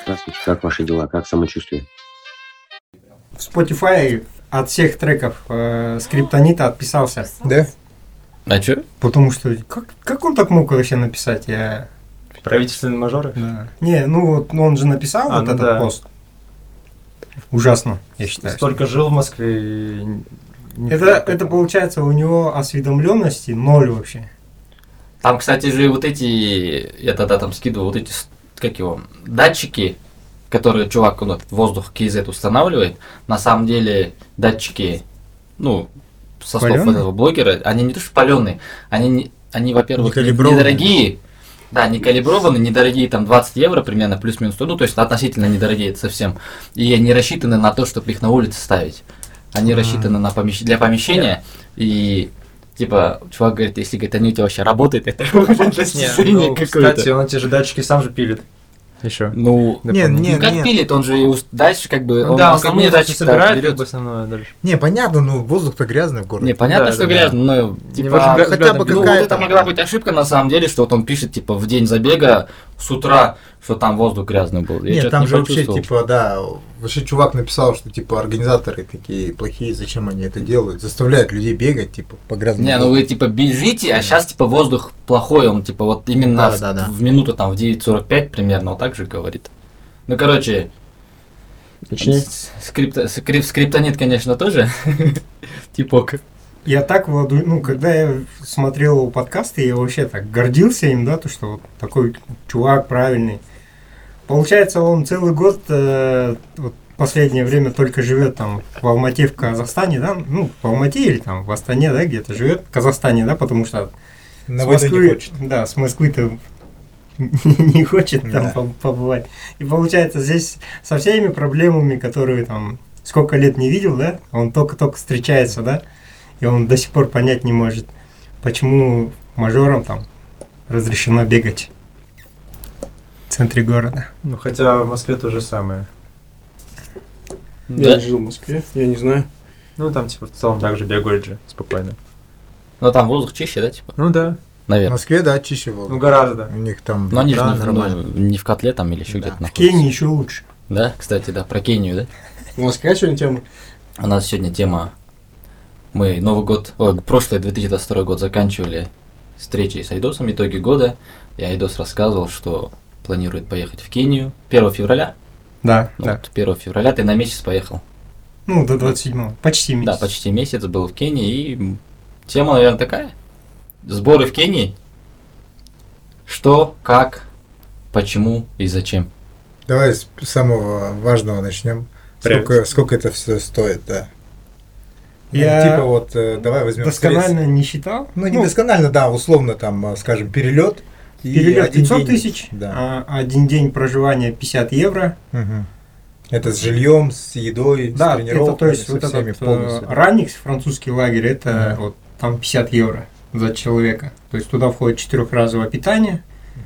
Здравствуйте, как ваши дела, как самочувствие? В Spotify от всех треков Скриптонита отписался. Да? А чё? Потому что как он так мог вообще написать? Правительственные мажоры? Да. Не, ну вот он же написал вот этот пост. Ужасно, я считаю. Столько жил в Москве и... Это получается у него осведомленности ноль вообще. Там, кстати же, вот эти, я тогда там скидывал, вот эти, как его, датчики, которые чувак, он этот воздух KZ устанавливает, на самом деле датчики, ну, со слов этого блогера, они не то что паленые, они во-первых, недорогие, да, не калиброваны, недорогие, там 20 евро примерно, плюс-минус, ну, то есть относительно недорогие совсем, и они рассчитаны на то, чтобы их на улице ставить. Они рассчитаны на для помещения, и типа, чувак говорит, если говорит, они у тебя вообще работают, это кстати, он эти же датчики сам же пилит. Еще. Ну, как пилит, он же дальше как бы, он основные датчики собирает как бы основное дальше. Не, понятно, ну воздух-то грязный в городе. Не, понятно, что грязный, но типа, хотя бы какая-то... Вот это могла быть ошибка на самом деле, что вот он пишет типа в день забега с утра, что там воздух грязный был. Нет, там же вообще типа, да, вообще чувак написал, что типа организаторы такие плохие, зачем они это делают, заставляют людей бегать типа по грязному. Не, ну вы типа бежите, а сейчас типа воздух плохой, он типа вот именно в минуту там в 9:45 примерно, вот так же говорит. Ну короче, скриптонит, конечно, тоже типок. Я так когда я смотрел его подкасты, я вообще так гордился им, да, то, что вот такой чувак правильный. Получается, он целый год, вот последнее время только живет там в Алмате, в Казахстане, да, ну, в Алмате или там в Астане, да, где-то живет, в Казахстане, да, потому что с Москвы, да, с Москвы-то не хочет там побывать. И получается, здесь со всеми проблемами, которые там сколько лет не видел, да, он только-только встречается, да, и он до сих пор понять не может, почему мажорам там разрешено бегать в центре города. Ну, хотя в Москве то же самое. Я не жил в Москве, я не знаю. Ну, там, типа, в целом так же бегают же, спокойно. Ну, там воздух чище, да, типа? Ну, да. Наверное. В Москве, да, чище воздух. Ну, гораздо. У них там... Но они же не в котле там или еще где-то находятся. В Кении еще лучше. Да, кстати, да, про Кению, да? В Москве сегодня тема? У нас сегодня тема... Мы Новый год, прошлый 2022 год заканчивали встречей с Айдосом, итоги года. И Айдос рассказывал, что планирует поехать в Кению 1 февраля. Да, да. Вот 1 февраля ты на месяц поехал. Ну, до 27-го, почти месяц. Да, почти месяц был в Кении. И тема, наверное, такая. Сборы в Кении. Что, как, почему и зачем. Давай с самого важного начнем. Сколько это все стоит, да. Я типа вот, давай возьмем досконально не считал. Ну, не досконально, да, условно, там, скажем, перелет. Перелет 500 тысяч, да. Один день проживания 50 евро. Угу. Это с жильем, с едой, да, с тренировками, это, то есть вот этот Ранникс, французский лагерь, это вот там 50 евро за человека. То есть туда входит 4-разовое питание,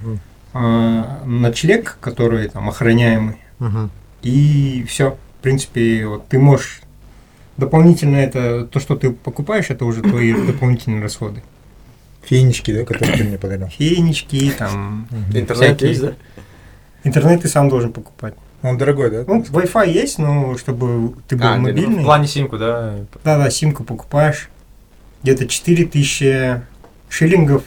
ночлег, который там охраняемый, и все. В принципе, вот ты можешь дополнительно это, то, что ты покупаешь, это уже твои дополнительные расходы. Фенечки, да, которые ты мне подарил. Фенечки, там. Интернет есть, да? Интернет ты сам должен покупать. Он дорогой, да? Ну, Wi-Fi есть, но чтобы ты был мобильный. В плане симку, да? Да, симку покупаешь. Где-то 4000 шиллингов,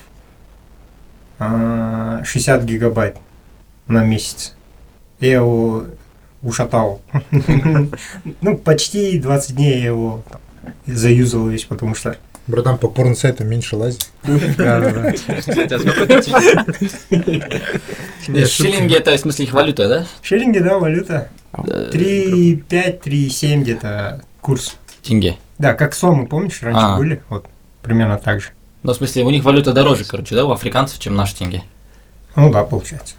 60 гигабайт на месяц. Я его ушатал. Ну, почти 20 дней я его заюзал весь, потому что... Братан, по порно-сайту меньше лазить. Да. Шиллинги это в смысле их валюта, да? Шиллинги, да, валюта. 3,5, 3,7 где-то курс. Тенге. Да, как сомы, помнишь, раньше были? Вот, примерно так же. Ну, в смысле, у них валюта дороже, короче, да, у африканцев, чем наши тенге. Ну да, получается.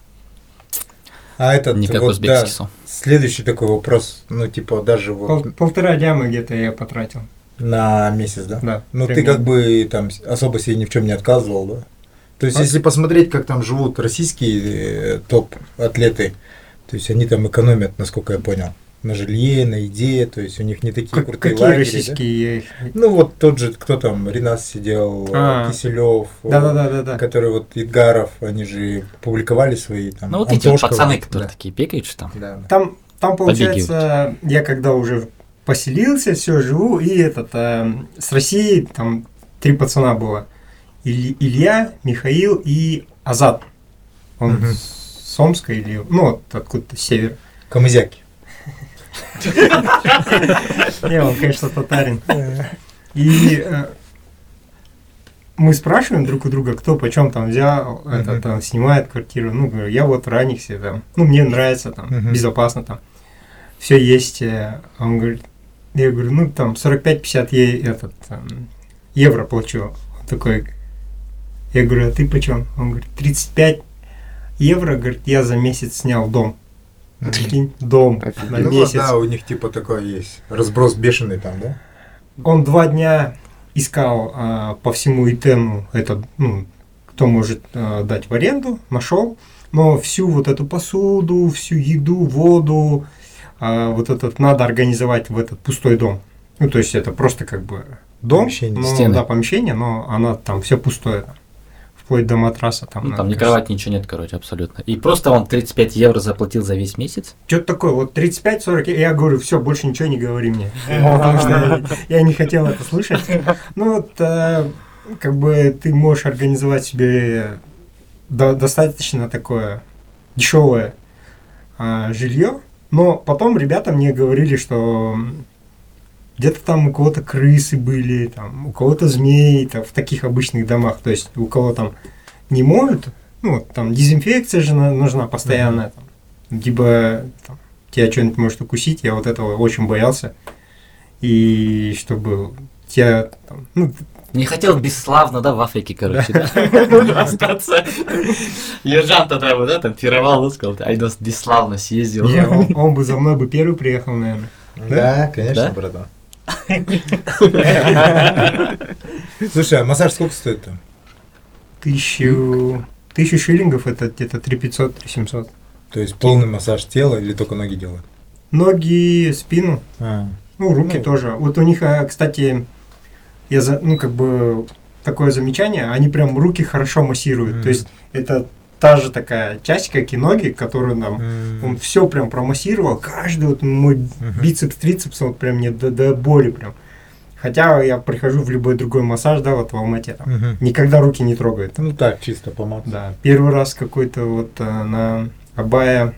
А этот не как вот, узбекский сом. Следующий такой вопрос, ну, типа, даже вот... 1,5 дяма где-то я потратил. На месяц, да? Да. Ну, ты как бы там особо себе ни в чем не отказывал, да? То есть, если посмотреть, как там живут российские топ-атлеты, то есть они там экономят, насколько я понял. на жилье, на еде, то есть у них не такие крутые Какие лагеря, российские? да? Ну вот тот же, кто там, Ренас сидел, Киселев, Да. который вот Идгаров, они же публиковали свои там. Ну вот эти вот Антошкова, пацаны, которые да. такие бегают, что там. Да. Там получается, я когда уже поселился, все, живу, и с России там 3 пацана было. Илья, Михаил и Азат. Он с Омска или, ну, вот откуда-то с севера. Камызяки. Не, он, конечно, татарин. И мы спрашиваем друг у друга, кто почем там взял, там снимает квартиру. Ну, говорю, я вот в Раниксе, там, ну, мне нравится, там, безопасно, там, все есть. Он говорит, я говорю, ну, там, 45-50 евро плачу. Он такой, я говорю, а ты почем? Он говорит, 35 евро, говорит, я за месяц снял дом. Прикинь, дом на месяц. Да, у них типа такой есть разброс бешеный там, да? Он 2 дня искал по всему Итему кто может дать в аренду, нашел, но всю вот эту посуду, всю еду, воду, вот этот надо организовать в этот пустой дом. Ну, то есть это просто как бы дом, помещение, но она там все пустое. Вплоть до матраса там. Ну, там ни кровати, ничего нет, короче, абсолютно. И просто он 35 евро заплатил за весь месяц? Что-то такое, вот 35-40, я говорю, все, больше ничего не говори мне. Потому что я не хотел это слышать. Ну вот, как бы ты можешь организовать себе достаточно такое дешевое жилье, но потом ребята мне говорили, что где-то там у кого-то крысы были, там, у кого-то змеи, там, в таких обычных домах. То есть у кого там не моют, ну, вот, там дезинфекция же нужна постоянная. Там, либо там, тебя что-нибудь может укусить, я вот этого очень боялся. И чтобы тебя там, ну, не хотел бесславно, да, в Африке, короче, остаться. Ержан тогда его, да, там пировал, сказал, Айдос бесславно съездил. Он бы за мной бы первый приехал, наверное. Да, конечно, братан. Слушай, а массаж сколько стоит там? 1000 шиллингов, это где-то 3500-3700. То есть полный массаж тела или только ноги делают? Ноги, спину, ну, руки тоже. Вот у них, кстати, такое замечание, они прям руки хорошо массируют. То есть это та же такая часть, как и ноги, которую нам он все прям промассировал, каждый вот мой бицепс, трицепс, вот прям мне до боли прям. Хотя я прихожу в любой другой массаж, да, вот в Алмате, там, никогда руки не трогают. Ну так, чисто поматься. Да, первый раз какой-то вот на Абая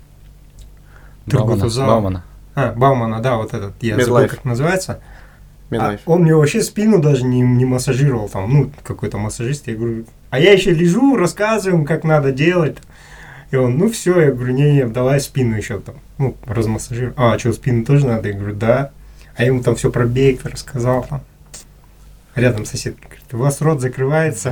Баумана. Баумана, да, вот этот, я забыл, как называется. Он мне вообще спину даже не массажировал, там, ну, какой-то массажист, я говорю, а я еще лежу, рассказываю, как надо делать. И он, ну все, я говорю, не, давай спину еще там, ну, размассажируй. А что, спину тоже надо? Я говорю, да. А ему там все про бег рассказал там. Рядом сосед говорит, у вас рот закрывается.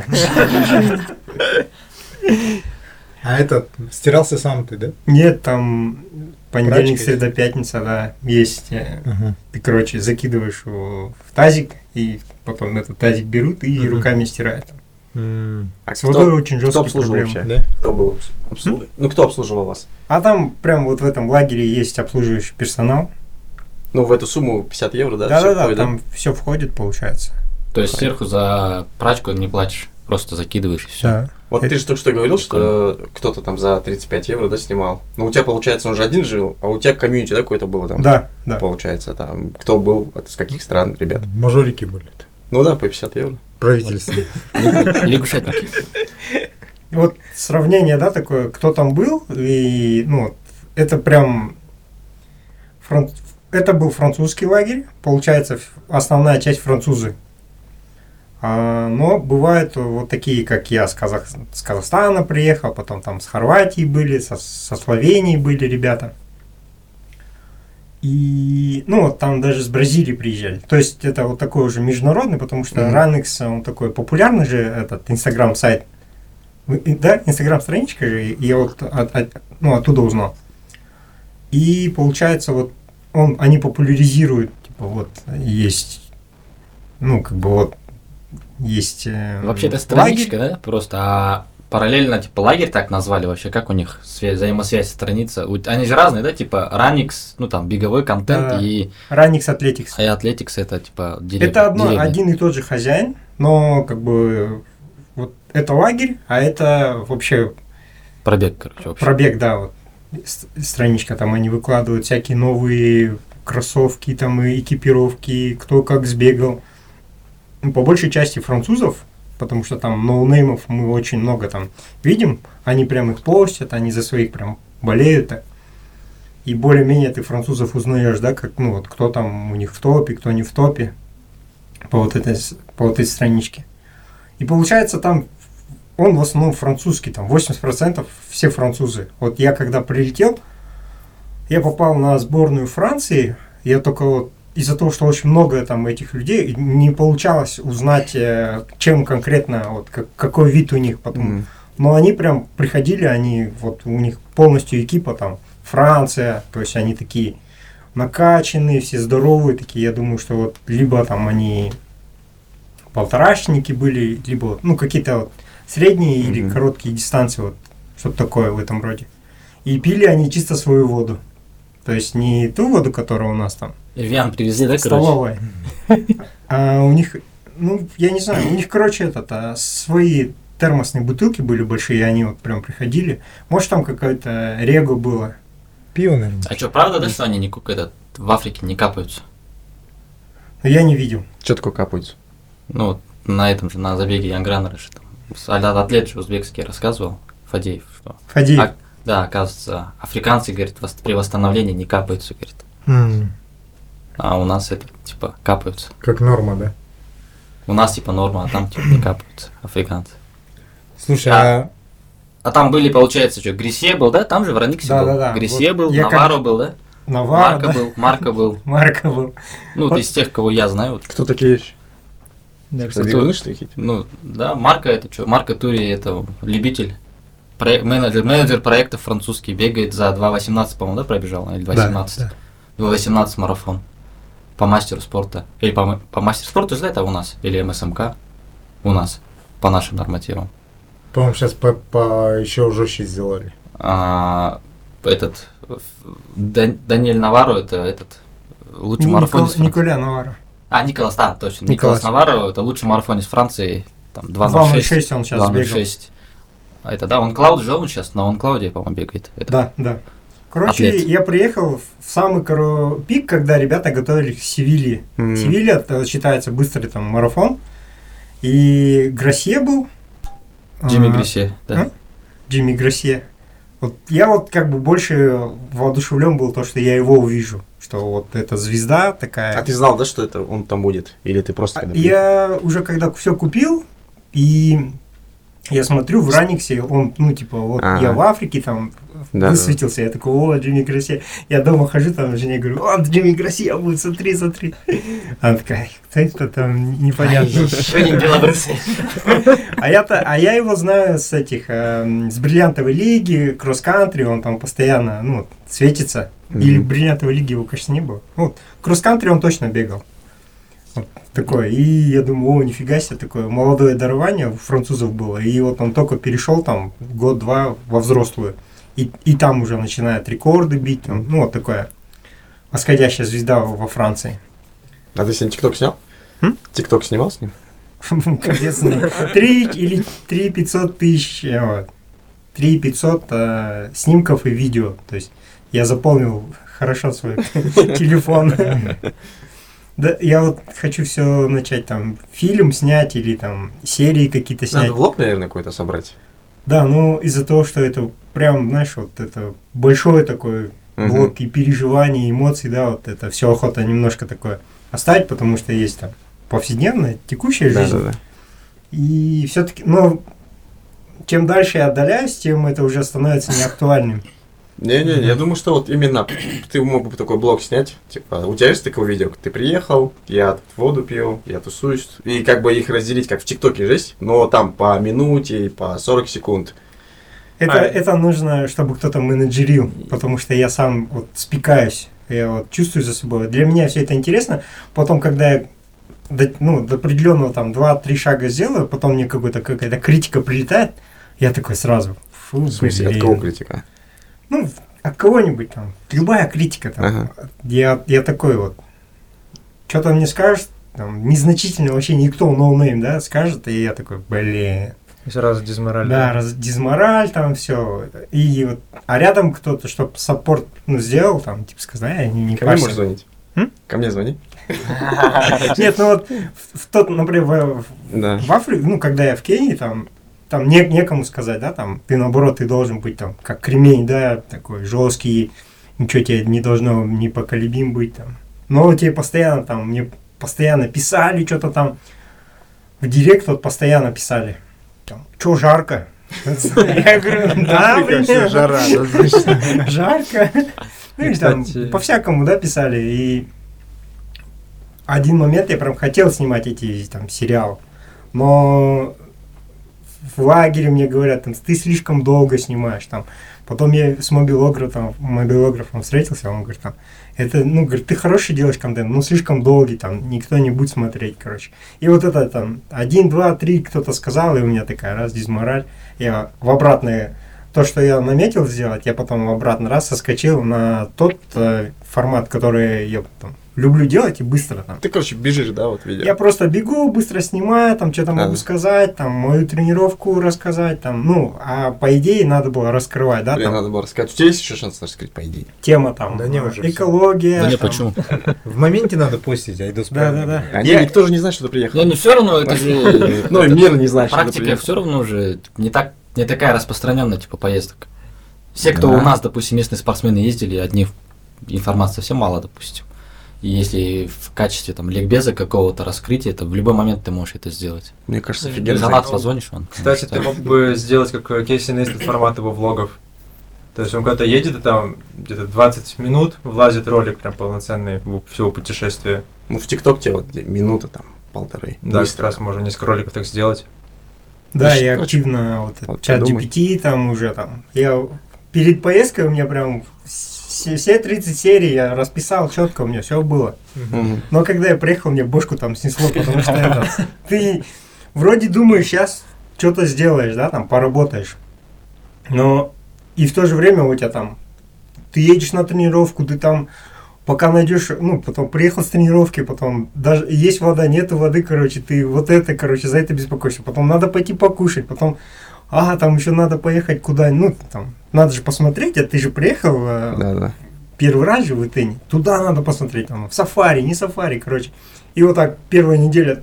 А этот, стирался сам ты, да? Нет, там понедельник, среда, пятница, да, есть. Ты, короче, закидываешь его в тазик, и потом этот тазик берут и руками стирают. А с водой очень жесткие проблемы. Да? Кто был обслуживал? Ну, кто обслуживал вас? А там прям вот в этом лагере есть обслуживающий персонал. Ну, в эту сумму 50 евро, да? Да, там все входит, получается. То есть сверху за прачку не платишь, просто закидываешь и все. Да. Вот ты же только что говорил, что кто-то там за 35 евро, да, снимал. Но у тебя, получается, он же один жил, а у тебя комьюнити, да, какое-то было там? Да. Получается, там, кто был, с каких стран, ребят? Мажорики были. Ну да, по 50 евро. Правительственные. Лягушатники. Вот сравнение, да, такое, кто там был, и, ну, это прям... Это был французский лагерь, получается, основная часть французы. Но бывают вот такие, как я, с Казахстана приехал, потом там с Хорватии были, со Словении были ребята. И, ну, вот там даже с Бразилии приезжали. То есть это вот такой уже международный, потому что Ранекс, он такой популярный же, этот инстаграм-сайт. Да, инстаграм-страничка же, и я вот оттуда узнал. И получается, вот они популяризируют, типа вот есть, ну, как бы вот есть вообще это страничка, да? Просто параллельно, типа, лагерь так назвали вообще, как у них взаимосвязь страница? Они же разные, да, типа, Ранникс, ну, там, беговой контент Да. и... Ранникс Атлетикс. И Атлетикс это, типа, деревня. Это деревня. один и тот же хозяин, но, как бы, вот это лагерь, а это вообще Пробег, короче, вообще. пробег, да, вот, страничка, там они выкладывают всякие новые кроссовки, там, и экипировки, кто как сбегал. Ну, по большей части французов, потому что там ноунеймов мы очень много там видим, они прям их постят, они за своих прям болеют. И более-менее ты французов узнаешь, да, как, ну, вот, кто там у них в топе, кто не в топе по вот этой страничке. И получается там он в основном французский, там 80% все французы. Вот я когда прилетел, я попал на сборную Франции, я только вот из-за того, что очень много там этих людей, не получалось узнать, чем конкретно, вот какой вид у них потом. Но они прям приходили, они вот у них полностью экипа там Франция, то есть они такие накачанные, все здоровые такие. Я думаю, что вот либо там они полторашники были, либо вот, ну какие-то вот средние или короткие дистанции, вот что-то такое в этом роде. И пили они чисто свою воду. То есть не ту воду, которая у нас там. Эвиан привезли, да, короче? Столовая. А у них, ну, я не знаю, у них, короче, свои термосные бутылки были большие, и они вот прям приходили. Может, там какое-то рего было. Пиво, наверное. А что, правда, да, что они в Африке не капаются? Но я не видел. Что такое капаются? Ну, вот на этом же, на забеге Янгранера же там. Атлет же узбекский рассказывал, Фадеев, что... Фадеев. Да, оказывается, африканцы, говорит, при восстановлении не капаются, говорит. А у нас это, типа, капаются. Как норма, да? У нас, типа, норма, а там, типа, не капаются, африканцы. Слушай, А там были, получается, что, Грисье был, да? Там же в Раниксе был. Да. Грисье Вот был, я Наваро был, да? Наваро, да? Марко был. Марко был. Ну, Вот. из тех, кого я знаю. Вот. Кто такие есть? Кто? Что такие? Ну, да, Марко это что? Марко Тури это любитель. Менеджер проектов французский, бегает за 2.18, по-моему, да, пробежал? Или 2.17? Да. 2.18 марафон. По мастеру спорта. Или по мастеру спорта же это у нас? Или МСМК? У нас. По нашим нормативам. по-моему, сейчас еще жестче сделали. Даниэль Наваро, это лучший марафонист. Николя Наваро. Николас, да, точно. Николас. Николас Наваро, это лучший марафонист Франции. Там 2.06 он сейчас бегал. 2.06. А это, да, он Клауд же, он сейчас на Клауде, по-моему, бегает. Это. Да. Короче, Атлет. я приехал в самый пик, когда ребята готовились к Севилье. Севилья это считается быстрый там марафон. И Гроссье был. Джимми Грисье, да. Джимми Гроссье. Вот я вот как бы больше воодушевлен был то, что я его увижу. Что вот эта звезда такая. А ты знал, да, что это он там будет? Или ты просто когда Я уже когда все купил, и я смотрю в Раниксе, он, ну, типа, вот я в Африке там высветился, я такой, о, Джимми Гроссье. Я дома хожу, там, жене говорю, о, Джимми Гроссье будет, смотри. Она такая, кто это там, непонятно. Что не белобрысый. А я его знаю с с бриллиантовой лиги, кросс-кантри, он там постоянно, ну, светится. Или в бриллиантовой лиге его, конечно, не было. Ну, кросс-кантри он точно бегал. Вот такое. И я думаю, о, нифига себе, такое молодое дарование у французов было. И вот он только перешел там год-два во взрослую. И там уже начинает рекорды бить. Там, ну, вот такое. Восходящая звезда во Франции. А ты сегодня ТикТок снял? ТикТок снимал с ним? Соответственно, 3 500 тысяч, 3 500 снимков и видео. То есть я заполнил хорошо свой телефон. Да, я вот хочу все начать там фильм снять или там серии какие-то снять. Надо влог, наверное, какой-то собрать. Да, ну из-за того, что это прям, знаешь, вот это большой такой блок и переживаний, и эмоций, да, вот это все охота немножко такое оставить, потому что есть там повседневная, текущая жизнь. Да. И все-таки, но чем дальше я отдаляюсь, тем это уже становится неактуальным. Не, я думаю, что вот именно ты мог бы такой блог снять, типа, у тебя есть такое видео, ты приехал, я тут воду пил, я тусуюсь, и как бы их разделить, как в ТикТоке же есть, но там по минуте, по 40 секунд. Это нужно, чтобы кто-то менеджерил, потому что я сам вот спекаюсь, я вот чувствую за собой. Для меня все это интересно, потом, когда я до определенного там 2-3 шага сделаю, потом мне какая-то критика прилетает, Я такой сразу, фу, В смысле, от блин. кого критика? Ну, от кого-нибудь там, любая критика там. Ага. Я такой вот, что-то мне скажет, там, незначительно вообще никто, ноунейм, да, скажет, и я такой, блин. И сразу дизмораль. Да, дизмораль там все. И вот, а рядом кто-то, чтобы саппорт сделал, там, типа сказал, не Ко мне парься. можешь звонить? Ко мне звони. Нет, ну вот в тот, например, Да. в Африке, ну, когда я в Кении, там некому сказать, да, там, ты наоборот, ты должен быть там, как кремень, да, такой жесткий, ничего тебе не должно непоколебим быть там. Но тебе постоянно там, мне постоянно писали что-то там, в директ вот постоянно писали, там, что жарко? Я говорю, да, Африка, всё, блин, жара, да, значит. жарко. Ну и там Кстати- по-всякому, да, писали. И один момент я прям хотел снимать эти там сериалы, но в лагере мне говорят, там, ты слишком долго снимаешь, там. Потом я с мобилографом встретился, он говорит, там, это, ну, говорит, ты хороший делаешь контент, но слишком долгий, там, никто не будет смотреть, короче. И вот это там 1, 2, 3 кто-то сказал, и у меня такая раз дизмораль. Я в обратное, то, что я наметил сделать, я потом в обратный раз соскочил на тот формат, который я там люблю делать и быстро там. Ты, короче, бежишь, да, вот видео? Я просто бегу, быстро снимаю, там что-то могу сказать, там мою тренировку рассказать, там, ну, а по идее надо было раскрывать, да, Блин, там надо было рассказать. У тебя есть еще шанс раскрыть, по идее? тема там, Да не, уже всё. экология. Да не, там. почему? В моменте надо постить, а иду с Да. Никто же не знает, что ты приехал. Не, ну все равно это же... Ну, и мир не знает, что ты Практика приехал. все равно уже не такая распространенная, типа, поездок. Все, кто Да. у нас, допустим, местные спортсмены ездили, от них информации совсем мало, допустим. И если в качестве там ликбеза какого-то раскрытия, то в любой момент ты можешь это сделать. Мне кажется, Или офигенно. Занат позвонишь, он. Кстати, ты мог бы сделать как Кейси Нейстат формат его влогов. То есть он куда-то едет, и там где-то 20 минут влазит ролик прям полноценный всего путешествия. Ну, в ТикТок тебе вот минута там, полторы. Да, Быстро. как раз можно несколько роликов так сделать. Да, Короче, я активно вот чат подумай. GPT там уже там. Я перед поездкой у меня прям все 30 серий я расписал четко, у меня все было. Мгм. Но когда я приехал, мне бошку там снесло, потому что это, ты вроде думаешь, сейчас что-то сделаешь, да, там поработаешь. Но и в то же время у тебя там, ты едешь на тренировку, ты там пока найдешь, ну, потом приехал с тренировки, потом даже есть вода, нету воды, короче, ты вот это, короче, за это беспокоишься. Потом надо пойти покушать, потом, там еще надо поехать куда, ну, там, надо же посмотреть, а ты же приехал Да. первый раз же в Итене, туда надо посмотреть, там, в сафари, не сафари, короче. И вот так первая неделя,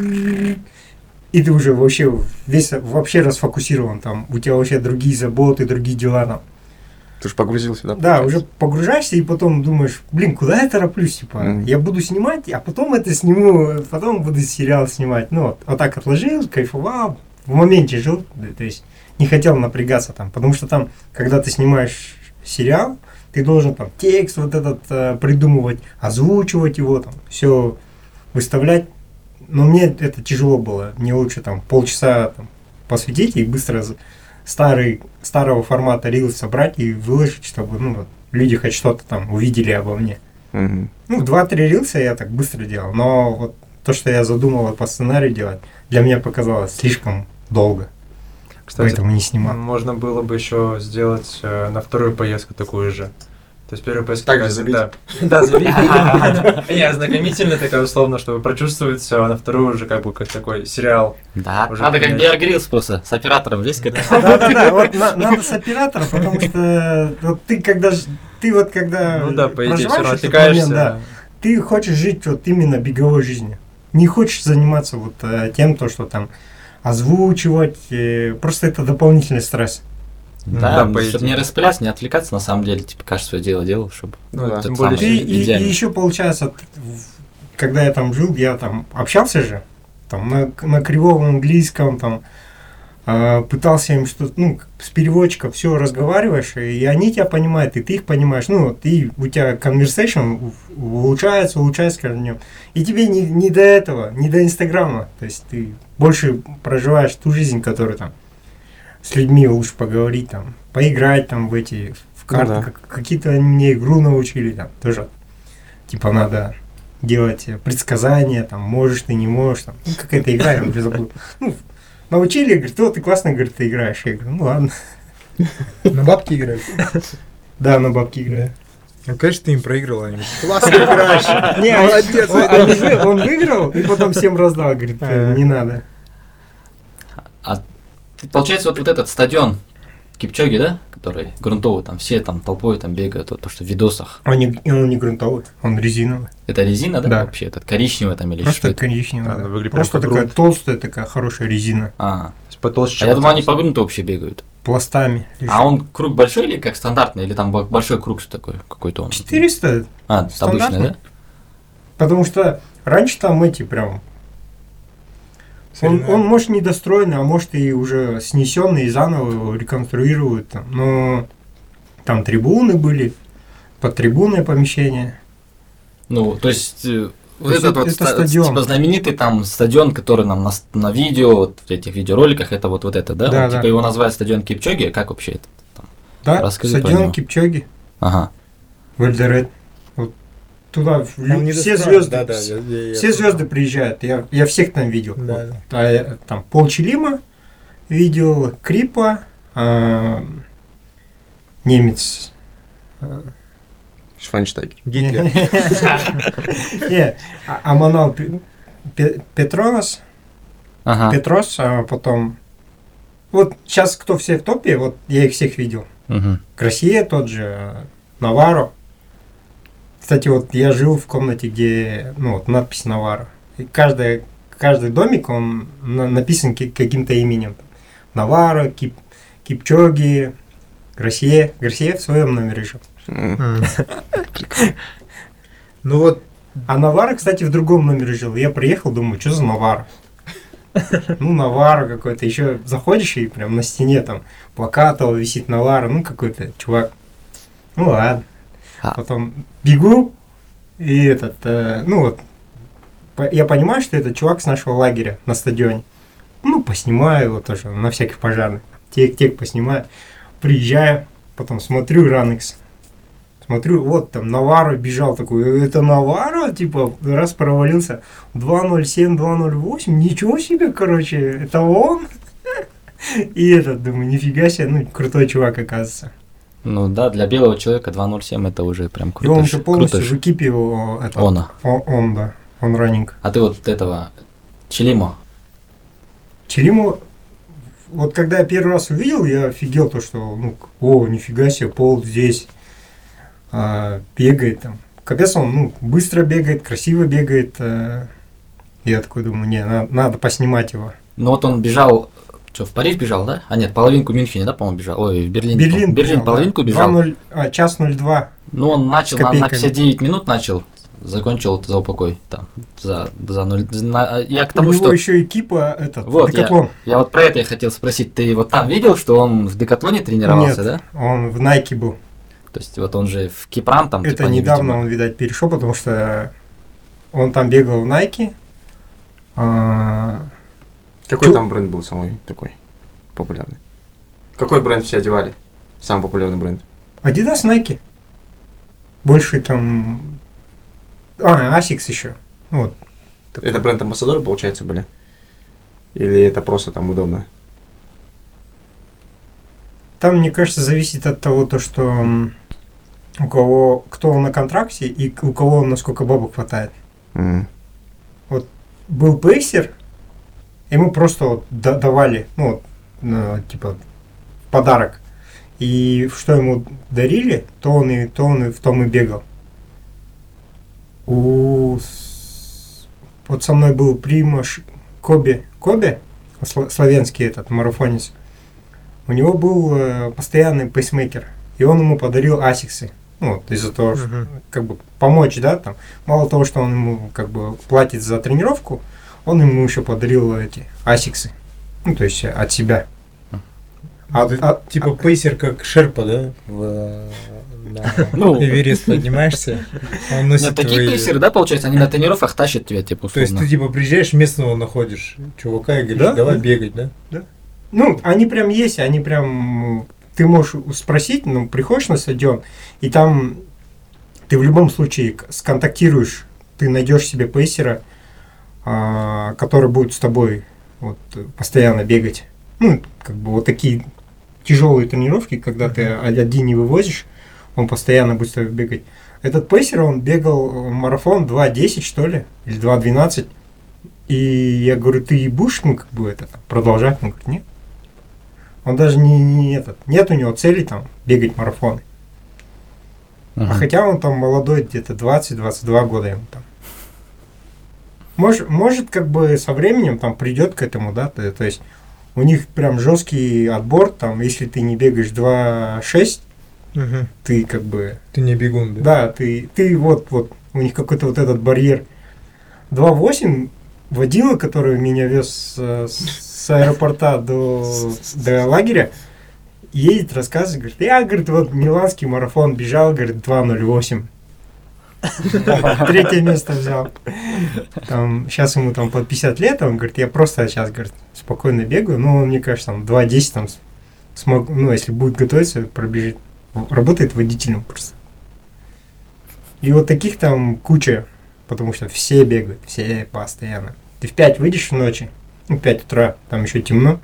и ты уже вообще весь вообще расфокусирован, там, у тебя вообще другие заботы, другие дела там. Ты же погрузился, да? Да, получается? уже погружаешься и потом думаешь, блин, куда я тороплюсь, типа, я буду снимать, а потом это сниму, потом буду сериал снимать. Ну, вот так отложил, кайфовал, в моменте жил, то есть не хотел напрягаться там, потому что там, когда ты снимаешь сериал, ты должен там текст вот этот придумывать, озвучивать его, там, все выставлять. Но мне это тяжело было, мне лучше там полчаса там, посвятить и быстро старого формата рилс собрать и выложить, чтобы ну, вот, люди хоть что-то там увидели обо мне. Мгм. Ну, 2-3 рилса я так быстро делал, но вот то, что я задумал по сценарию делать, для меня показалось слишком долго, Кстати, поэтому не снимал. можно было бы еще сделать на вторую поездку такую же. То есть первая поездка... Так же такая, забить? Да, да, забить. Не, ознакомительная такая условно, чтобы прочувствовать все, а на вторую уже как бы как такой сериал. Да, Уже надо как понимаешь. Bear Grylls просто, с оператором здесь как Да, вот надо с оператором, потому что вот ты когда Ну да, по идее, все равно проживаешь этот отвлекаешься. момент, да, ты хочешь жить вот именно беговой жизнью. Не хочешь заниматься вот тем, что там озвучивать, просто это дополнительный стресс. Да, Да, по чтобы идее. не распыляться, не отвлекаться, на самом деле, типа, каждое свое дело делал, чтобы... Ну да. Тем это более самое И идеально. еще получается, когда я там жил, я там общался же, там на кривом английском, там пытался им что-то, ну, с переводчиком все разговариваешь, и они тебя понимают, и ты их понимаешь, ну, вот, и у тебя conversation улучшается с каждым днем. И тебе не до этого, не до Инстаграма, то есть ты больше проживаешь ту жизнь, которую там с людьми лучше поговорить, там, поиграть там в карты, да. какие-то они мне игру научили, там, тоже, типа, надо делать предсказания, там, можешь ты, не можешь, там, ну, какая-то игра, я уже забыл. Ну, научили, говорит, ты классно, говорит, ты играешь. Я говорю, ну ладно. На бабки играешь? Да, на бабки играю. Ну, конечно, ты им проигрывал. Они говорят, классно играешь. Не, Молодец. он выиграл и потом всем раздал, говорит, не надо. А получается, вот этот стадион Кипчоги, да, который грунтовый, там все там толпой там бегают, вот то, что в видосах. Он не грунтовый, он резиновый. Это резина, да, Да. вообще? Этот коричневый там или Просто что это? коричневый. Да, да. она выглядит Просто прям как такая грунт. толстая, такая хорошая резина. А, Потолще, я чем думаю, они это. по грунту вообще бегают. Пластами. А он круг большой или как стандартный, или там большой круг такой какой-то он? 400. А, обычный, стандартный. да? Потому что раньше там эти прям... Он может недостроенный, а может и уже снесенный, и заново его реконструируют. Там. Но там трибуны были, подтрибунное помещение. Ну, то есть вот есть этот вот это стадион. типа знаменитый там стадион, который нам на видео, вот в этих видеороликах, это вот это, да? Да, Он, да. типа его называют стадион Кипчоги, как вообще это? Да, Расскажи про стадион него. Кипчоги, Ага. Вальдерет. Вот туда Там не все достроен, звезды, да, я все звезды приезжают. Я всех там видел. Да, Вот. Там Пол Чилима видел, Крипа, немец. Швайнштайгер. Гитлер. Не, Аманал Петронос, Ага. Петрос, а потом... Вот сейчас кто все в топе, вот я их всех видел. Мгм. Красия тот же, Наваро. Кстати, вот я жил в комнате, где, ну, вот надпись Наваро. И каждый домик, он написан каким-то именем. Наваро, Кипчоги, Гарсия. Гарсия в своем номере жил. Ну вот, А Наваро, кстати, в другом номере жил. Я приехал, думаю, что за Наваро? Ну, Наваро какой-то. Еще заходишь и прям на стене там плакатово висит Наваро. Ну, какой-то чувак. Ну, ладно. А. Потом бегу, и ну вот, я понимаю, что это чувак с нашего лагеря на стадионе. Ну, поснимаю его тоже на всяких пожарных. Тек поснимаю. Приезжаю, потом смотрю Ранекс. Смотрю, вот там Наваро бежал такой, это Наваро, типа, раз провалился 2.07, 2.08, ничего себе, короче, это он. И думаю, нифига себе, ну, крутой чувак, оказывается. Ну да, для белого человека 2.07 это уже прям И круто. он же полностью в экипе его, Она. он, да, он раннинг. А ты вот этого Чилимо. Чилиму, вот когда я первый раз увидел, я офигел то, что, ну, нифига себе, Пол здесь бегает там. Капец, он, ну, быстро бегает, красиво бегает. Я такой думаю, не, надо поснимать его. Ну вот он бежал, что, в Париж бежал, да? А нет, половинку в Мюнхене, да, по-моему, бежал? Ой, в Берлине. Берлин бежал, половинку да. бежал. 2:0, час 02. Ну он начал С на копейками. 59 минут начал, закончил за упокой там, за 0. Я к У тому, него что... еще экипа, Вот, Декатлон. я вот про это я хотел спросить. Ты вот там видел, что он в Декатлоне тренировался, Нет, да? он в Nike был. То есть вот он же в Кипран там, Это типа, недавно невидимо. он, видать, перешел, потому что он там бегал в Nike. Какой там бренд был самый такой популярный? Какой бренд все одевали? Самый популярный бренд? Adidas, Nike. Больше там... Asics еще. Вот. Это бренд-амбассадоры, получается, были? Или это просто там удобно? Там, мне кажется, зависит от того, то, что кто на контракте и у кого насколько бабок хватает. Был пейсер, ему просто вот давали, ну, вот, типа, в подарок. И что ему дарили, то он и в том и бегал. Вот со мной был Примаш Кобе, славянский этот марафонец. У него был постоянный пейсмейкер, и он ему подарил асиксы. Ну, вот, из-за того, что, как бы, помочь, да, там. Мало того, что он ему, как бы, платит за тренировку, он ему еще подарил эти асиксы. Ну, то есть, от себя. типа пейсер как Шерпа, да? Ну, Эверест поднимаешься, он нет, носит такие твои... пейсеры, да, получается, они на тренировках тащат тебя, типа, То есть условно. ты типа приезжаешь, местного находишь чувака и говоришь, Да, давай да. бегать, да? Ну, они прям есть, они прям... Ты можешь спросить, ну, приходишь на стадион, и там ты в любом случае сконтактируешь, ты найдешь себе пейсера, который будет с тобой вот постоянно бегать. Ну, как бы вот такие тяжелые тренировки, когда ты один не вывозишь, он постоянно будет бегать. Этот пейсер, он бегал марафон 2:10, что ли, или 2:12. И я говорю, ты будешь, ну, как бы, это, продолжать? Он говорит, нет. Он даже нет у него цели там бегать марафоны. А хотя он там молодой, где-то 20-22 года ему там. Может, как бы со временем там придет к этому, да, то есть у них прям жесткий отбор, там, если ты не бегаешь 2:6, ты как бы... Ты не бегун, да? Да, ты вот, у них какой-то вот этот барьер. 2:8 водила, который меня вез с аэропорта до лагеря, едет, рассказывает, говорит, я, говорит, вот миланский марафон бежал, говорит, 2:08. Третье место взял. Там, сейчас ему там под 50 лет, он говорит, я просто сейчас, говорит, спокойно бегаю, но мне кажется, там 2:10 там смог, ну, если будет готовиться, пробежит. Работает водителем просто. И вот таких там куча, потому что все бегают, все постоянно. Ты в 5 выйдешь в ночи, ну, 5 утра, там еще темно.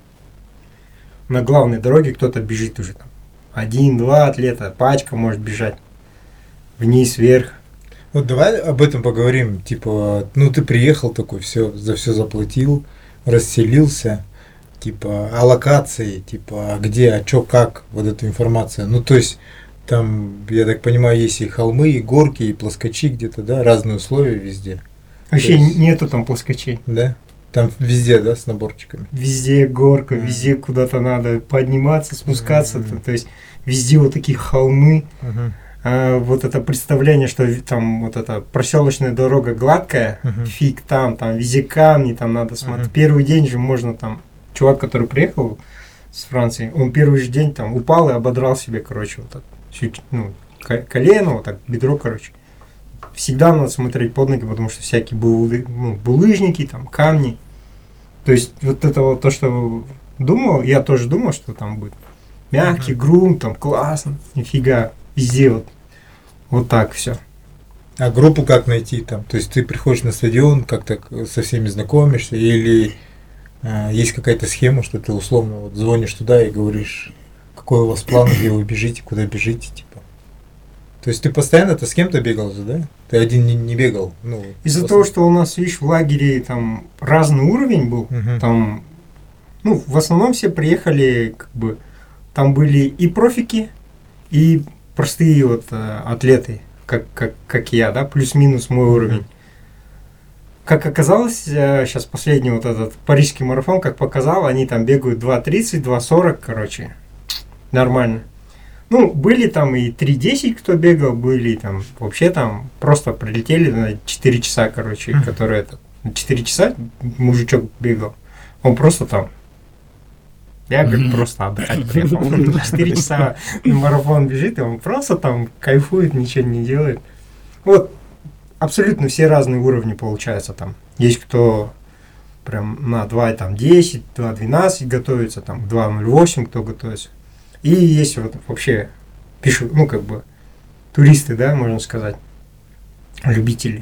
На главной дороге кто-то бежит уже там. 1-2 атлета, пачка может бежать. Вниз, вверх. Вот давай об этом поговорим. Типа, ну ты приехал такой, за все заплатил, расселился. Типа, о локации, типа, где, а чё, как, вот эта информация. Ну, то есть, там, я так понимаю, есть и холмы, и горки, и плоскочи где-то, да, разные условия везде. Вообще есть, нету там плоскочей. Да? Там везде, да, с наборчиками? Везде горка, везде куда-то надо подниматься, спускаться. То есть, везде вот такие холмы. Вот это представление, что там вот эта проселочная дорога гладкая, фиг там везде камни, там надо смотреть. Первый день же можно там... Чувак, который приехал с Франции, он первый же день там упал и ободрал себе, короче, вот так, ну, колено, вот так, бедро, короче. Всегда надо смотреть под ноги, потому что всякие булыжники, там, камни. То есть вот это вот то, что думал, я тоже думал, что там будет мягкий грунт, там, классно, нифига, везде вот так все. А группу как найти там? То есть ты приходишь на стадион, как-то со всеми знакомишься, или... Есть какая-то схема, что ты условно вот звонишь туда и говоришь, какой у вас план, где вы бежите, куда бежите, типа. То есть ты постоянно-то с кем-то бегал же, да? Ты один не бегал. Ну, из-за того, что у нас, видишь, в лагере там разный уровень был, там, ну, в основном все приехали, как бы, там были и профики, и простые вот атлеты, как я, да, плюс-минус мой уровень. Как оказалось, сейчас последний вот этот парижский марафон, как показал, они там бегают 2:30, 2:40, короче, нормально. Ну, были там и 3:10, кто бегал, были там, вообще там просто прилетели на 4 часа, короче, которые это, 4 часа мужичок бегал, он просто там, я, говорит, просто отдыхать приехал, 4 часа марафон бежит, и он просто там кайфует, ничего не делает. Вот. Абсолютно все разные уровни получаются там. Есть кто прям на 2:10, 2:12 готовится, там 2:08 кто готовится. И есть вот вообще пишут, ну как бы туристы, да, можно сказать, любители.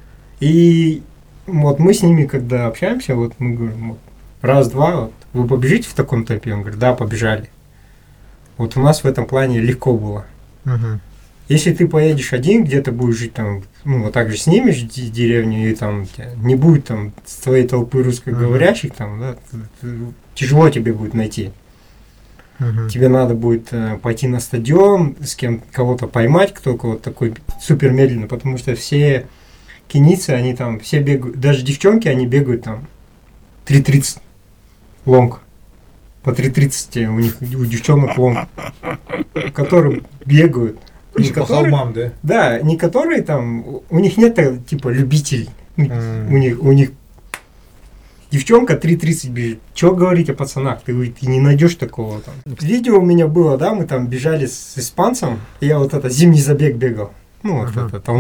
И вот мы с ними, когда общаемся, вот мы говорим, вот, раз-два, вот, вы побежите в таком темпе? Он говорит, да, побежали. Вот у нас в этом плане легко было. Если ты поедешь один, где-то будешь жить там, ну, вот так же снимешь деревню, и там не будет там твоей толпы русскоговорящих, там, да, тяжело тебе будет найти. Тебе надо будет пойти на стадион, с кого-то поймать, кто кого-то такой супер медленно, потому что все кенийцы, они там все бегают, даже девчонки, они бегают там 3:30 лонг. По 3:30 у них, у девчонок лонг, которые бегают. Не по холмам, да? Да, не которые там, у них нет типа любителей, у них девчонка 3:30 бежит. Чего говорить о пацанах, ты не найдешь такого там. Видео у меня было, да, мы там бежали с испанцем, я вот это зимний забег бегал, ну вот это там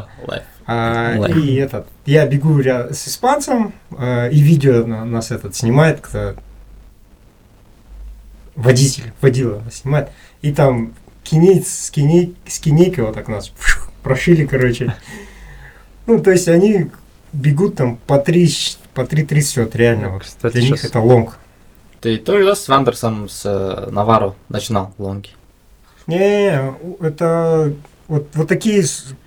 лайв. И я бегу с испанцем, и видео нас снимает, кто водила снимает, и там с кинейкой вот так нас прошили, короче. Ну, то есть они бегут там по 3 по 3.30 вот реально. Вот. Кстати, Для них сейчас- это лонг. Ты тоже с Вандерсом, с Наваро начинал лонги? Не, это вот такие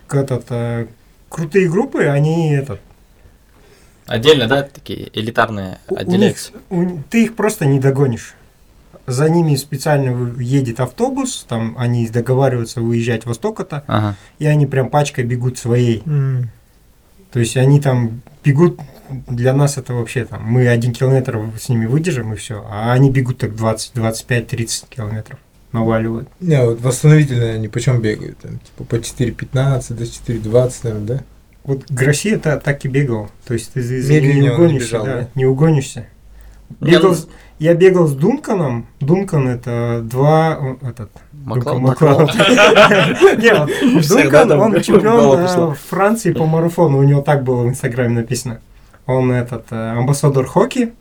крутые группы, они Отдельно, да, такие элитарные у них, отделяются? ты их просто не догонишь. За ними специально едет автобус, там они договариваются выезжать во столько-то, Ага. и они прям пачкой бегут своей. То есть они там бегут, для нас это вообще там, мы 1 километр с ними выдержим и все, а они бегут так 20, 25, 30 километров, наваливают. Не, вот восстановительные они почем бегают? Там, типа по 4.15 до 4.20, наверное, да? Вот Гросси это так и бегал, то есть ты Медленнее не он не угонишься, бежал, да, да? не угонишься. Не, Бегал ну- с- я бегал с Дунканом, Дункан это Маклауд? Маклауд. Не, вот Всегда Дункан, там он в голову чемпион пришло. Франции по марафону, у него так было в Инстаграме написано. Он амбассадор хоккей,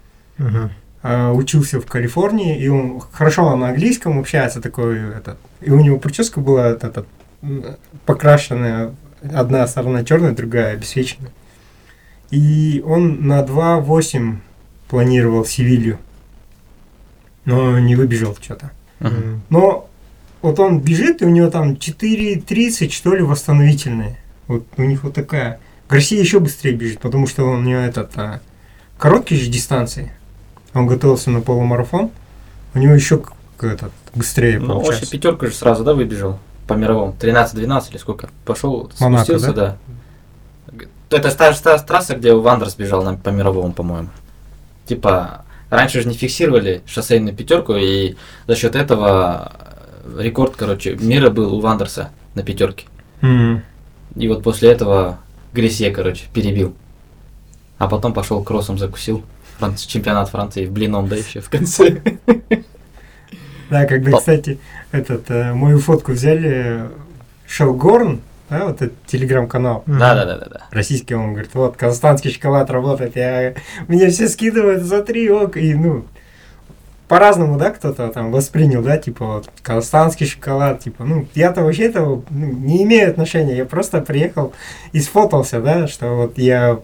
учился в Калифорнии, и он хорошо на английском общается, такой и у него прическа была покрашенная, одна сторона черная, другая обесвеченная. И он на 2.8 планировал Севилью, но не выбежал что-то. Мгм. Но вот он бежит, и у него там 4.30, что ли, восстановительные. Вот у них вот такая. Гарсия еще быстрее бежит, потому что у него короткие же дистанции. Он готовился на полумарафон, у него еще быстрее Ну, вообще получается. пятерку же сразу, да, выбежал по мировому. 13-12 или сколько? Пошел, Монако, спустился, да? да. Это та трасса, где Вандерс бежал по мировому, по-моему. Типа, раньше же не фиксировали шоссейную пятерку, и за счет этого рекорд, мира был у Вандерса на пятерке. Мгм. И вот после этого Гресье, перебил. А потом пошел кроссом закусил. Чемпионат Франции в блином, да, еще в конце. Да, когда, Топ. кстати, мою фотку взяли, Шелгорн, да, вот этот телеграм-канал, Да. российский, он говорит, вот, казахстанский шоколад работает, мне все скидывают, смотри, ок, и, по-разному, да, кто-то там воспринял, да, типа, вот, казахстанский шоколад, типа, я-то вообще этого не имею отношения, я просто приехал и сфотался, да, что вот я,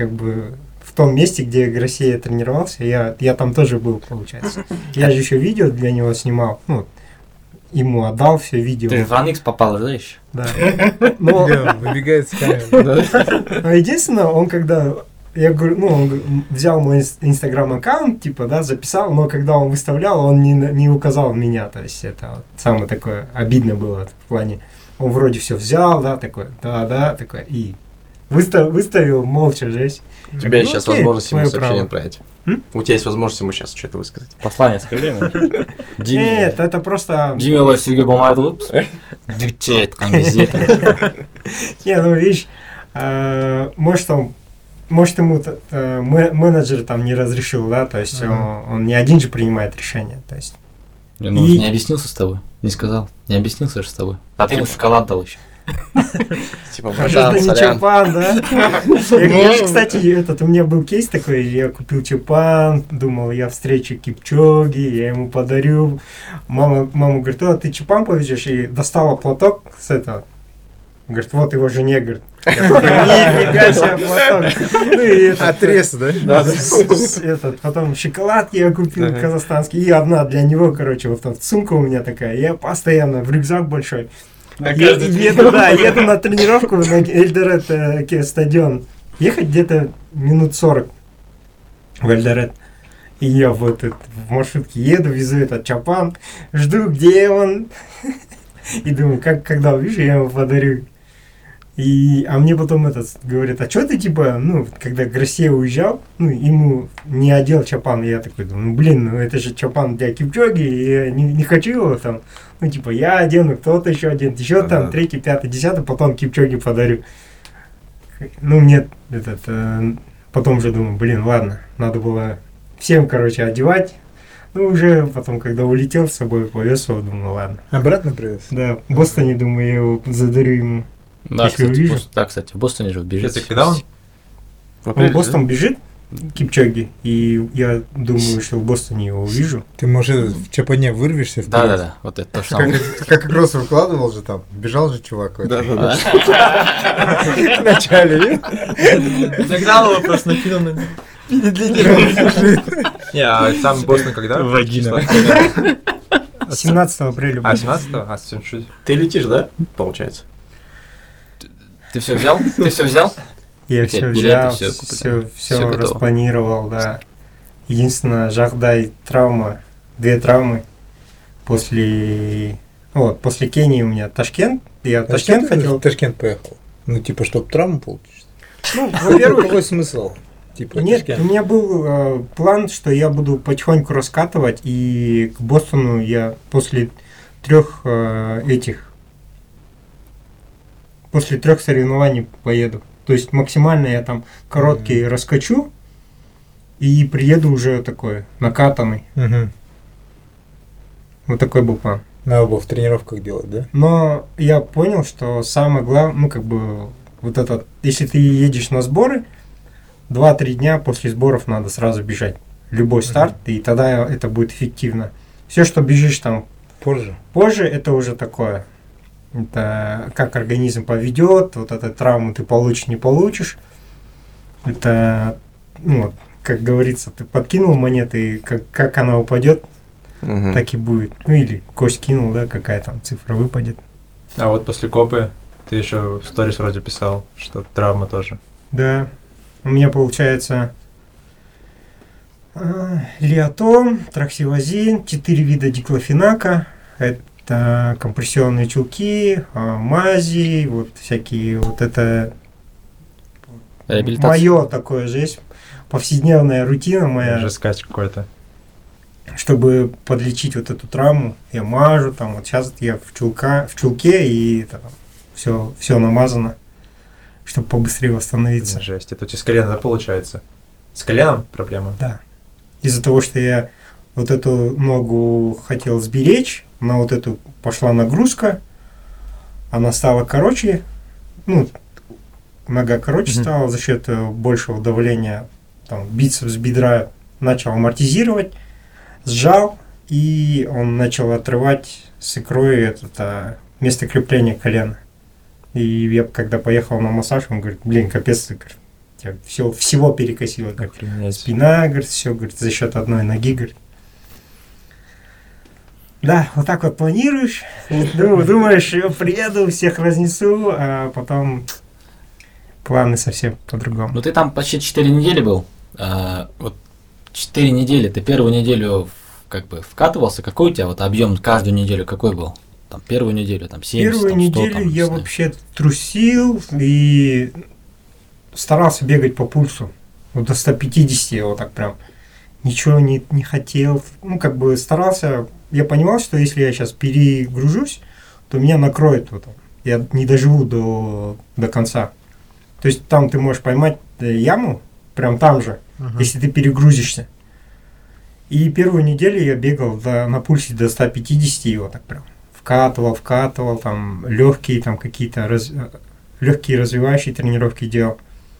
в том месте, где Гросия тренировался, я там тоже был, получается. Я же еще видео для него снимал, ему отдал все видео. Ты же в Ранникс попал, да, еще? Да. Но Где он выбегает с камеры. но единственное, он когда, я говорю, он взял мой инстаграм-аккаунт, типа, да, записал, но когда он выставлял, он не указал меня, то есть это вот самое такое обидно было в плане, он вроде все взял, да, такой, такой, и выставил молча, жесть. У тебя есть сейчас окей, возможность ему твое сообщение право. отправить. М? У тебя есть возможность ему сейчас что-то высказать. Послание скажи ему. Нет, это просто... Димила сізге болмайды ғой. Дүтте айтқан кезде. Не, видишь, может ему менеджер там не разрешил, да, то есть он не один же принимает решение, то есть. Ну, И- не объяснился с тобой. Не сказал. Не объяснился же с тобой. А ты ему шоколад дал еще. Типа, Что братан, не сорян. чапан, да? Я же, кстати, у меня был кейс такой, я купил чапан, думал, я встречу Кипчоги, я ему подарю. Мама говорит, ты чапан повезешь, и достала платок с этого. Говорит, вот его жене, говорит. Я такой, нифига себе платок. Ну и Отрез, да? потом шоколад я купил казахстанский, и одна для него, вот эта сумка у меня такая, я постоянно в рюкзак большой. Еду на тренировку на Эльдорет стадион. Ехать где-то минут 40 в Эльдорет. И я в маршрутке еду, везу этот чапан, жду, где он. И думаю, когда увижу, я ему подарю. А мне потом говорит, а что ты, типа, когда Гросия уезжал, ему не одел чапан, и я такой думаю, это же чапан для Кипчоги, и я не хочу его там, я одену, кто-то еще оденет, еще там, 3, 5, 10, потом Кипчоги подарю. Мне потом уже думаю, ладно, надо было всем, одевать. Уже потом, когда улетел с собой, повез его, думаю, ладно. Обратно привез? Да, в Бостоне, думаю, я его задарю ему. Да, Если кстати, увижу. кстати, в Бостоне же бежит. Это когда он? Он в Бостон бежит, Кипчоги. И я думаю, что в Бостоне его увижу. Ты, может, в Чапане вырвешься вперед? Да-да-да, вот это то же самое. Как Кросс выкладывал же там, бежал же чувак. Да-да-да. В начале. Сыграл его, просто накинул на него. Не, а сам Бостон когда? Вагина. 17 апреля. А, будет. 17-го? А, совсем чуть. Ты летишь, да? Получается. Ты все взял? Ты все взял? Я Окей, все билеты, взял, всё купили. все Всё готово. распланировал, да. Единственное, Жахдай травма, 2 травмы после Кении у меня Ташкент. Я в Ташкент хотел. В Ташкент поехал. Ну, типа, чтобы травму получить. Ну, Во-первых, какой смысл? Типа, Нет, Ташкент. у меня был план, что я буду потихоньку раскатывать, и к Бостону я после 3 соревнований поеду. То есть максимально я там короткие раскачу и приеду уже такой накатанный. Мгм. Вот такой был план. Надо было в тренировках делать, да? Но я понял, что самое главное, если ты едешь на сборы, 2-3 дня после сборов надо сразу бежать. Любой старт, и тогда это будет эффективно. Все, что бежишь там Позже. позже, это уже такое. Это как организм поведет, вот эту травму ты получишь, не получишь. Это, как говорится, ты подкинул монеты, как она упадет, Мгм. так и будет. Ну или кость кинул, да, какая там цифра выпадет. А вот после копы ты еще в сторис вроде писал, что травма тоже. Да, у меня получается лиатон, траксивозин, 4 вида диклофенака, это компрессионные чулки, мази, вот всякие, вот это Реабилитация. мое такое же есть, повседневная рутина моя, Уже скач какой-то. чтобы подлечить вот эту травму, я мажу, там, вот сейчас я в чулке, и все намазано, чтобы побыстрее восстановиться. Жесть. Это у тебя с коленом, да, получается? С коленом проблема? Да. Из-за того, что я вот эту ногу хотел сберечь, на вот эту пошла нагрузка, она стала короче, нога короче стала за счет большего давления, там, бицепс бедра начал амортизировать, сжал, и он начал отрывать с икрой место крепления колена. И я когда поехал на массаж, он говорит, блин, капец, ты, говорит, тебя всего перекосило. Говорит, Охренеть. спина, говорит, все, говорит, за счет одной ноги, говорит. Да, вот так вот планируешь, думаешь, я приеду, всех разнесу, а потом планы совсем по-другому. Ну ты там почти 4 недели был. Вот 4 недели, ты первую неделю как бы вкатывался, какой у тебя вот объем каждую неделю какой был? Там первую неделю, там 70, Первую там 100, неделю там, я не знаю. вообще трусил и старался бегать по пульсу. Вот до 150 я вот так прям ничего не хотел. Старался. Я понимал, что если я сейчас перегружусь, то меня накроет. Я не доживу до конца. То есть там ты можешь поймать яму, прям там же, если ты перегрузишься. И первую неделю я бегал на пульсе до 150, и вот так прям вкатывал, там легкие там какие-то легкие развивающие тренировки делал.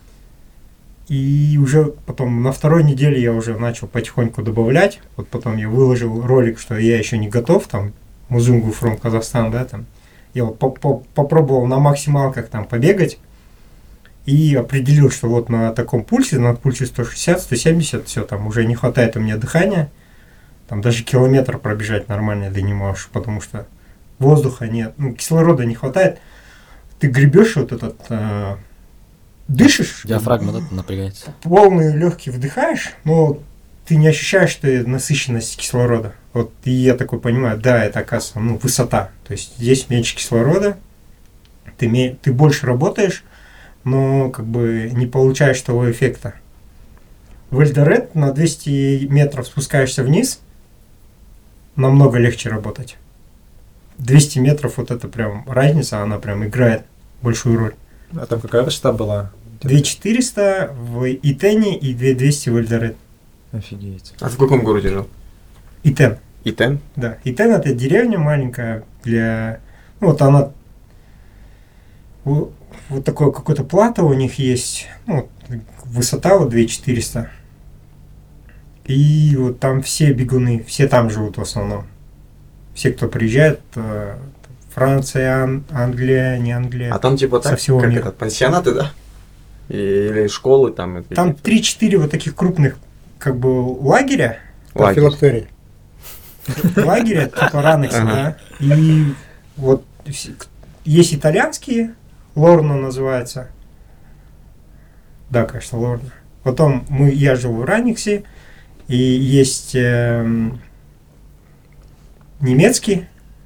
И уже потом на второй неделе я уже начал потихоньку добавлять. Вот потом я выложил ролик, что я еще не готов, там, Музунгу from Казахстан, да, там. Я вот попробовал на максималках там побегать и определил, что вот на таком пульсе, на пульсе 160-170, все, там уже не хватает у меня дыхания. Там даже километр пробежать нормально ты не можешь, потому что воздуха нет, кислорода не хватает. Ты гребешь вот этот... дышишь, Диафрагма, да, напрягается. полные легкие вдыхаешь, но ты не ощущаешь насыщенность кислорода. Вот и я такой понимаю, да, это оказывается высота. То есть здесь меньше кислорода, ты больше работаешь, но как бы не получаешь того эффекта. В Эльдорет на 200 метров спускаешься вниз, намного легче работать. 200 метров, вот это прям разница, она прям играет большую роль. А там какая высота была? 2400 в Итене и 2200 в Эльдорет. Офигеть. А ты в каком городе жил? Итен, Итен? да. Итен это деревня маленькая для... она... Вот такое какое-то плато у них есть. Высота 2400. И вот там все бегуны, все там живут в основном. Все, кто приезжает, Франция, Англия, не Англия. А там типа со так, всего как мира. это, пансионаты, да? Или школы там? Там 3-4 вот таких крупных как бы лагеря. Лагерь. Филакторий. Лагеря, типа Ранекса, да. И вот есть итальянские, Лорно называется. Да, конечно, Лорно. Потом я жил в Ранексе, и есть немецкий,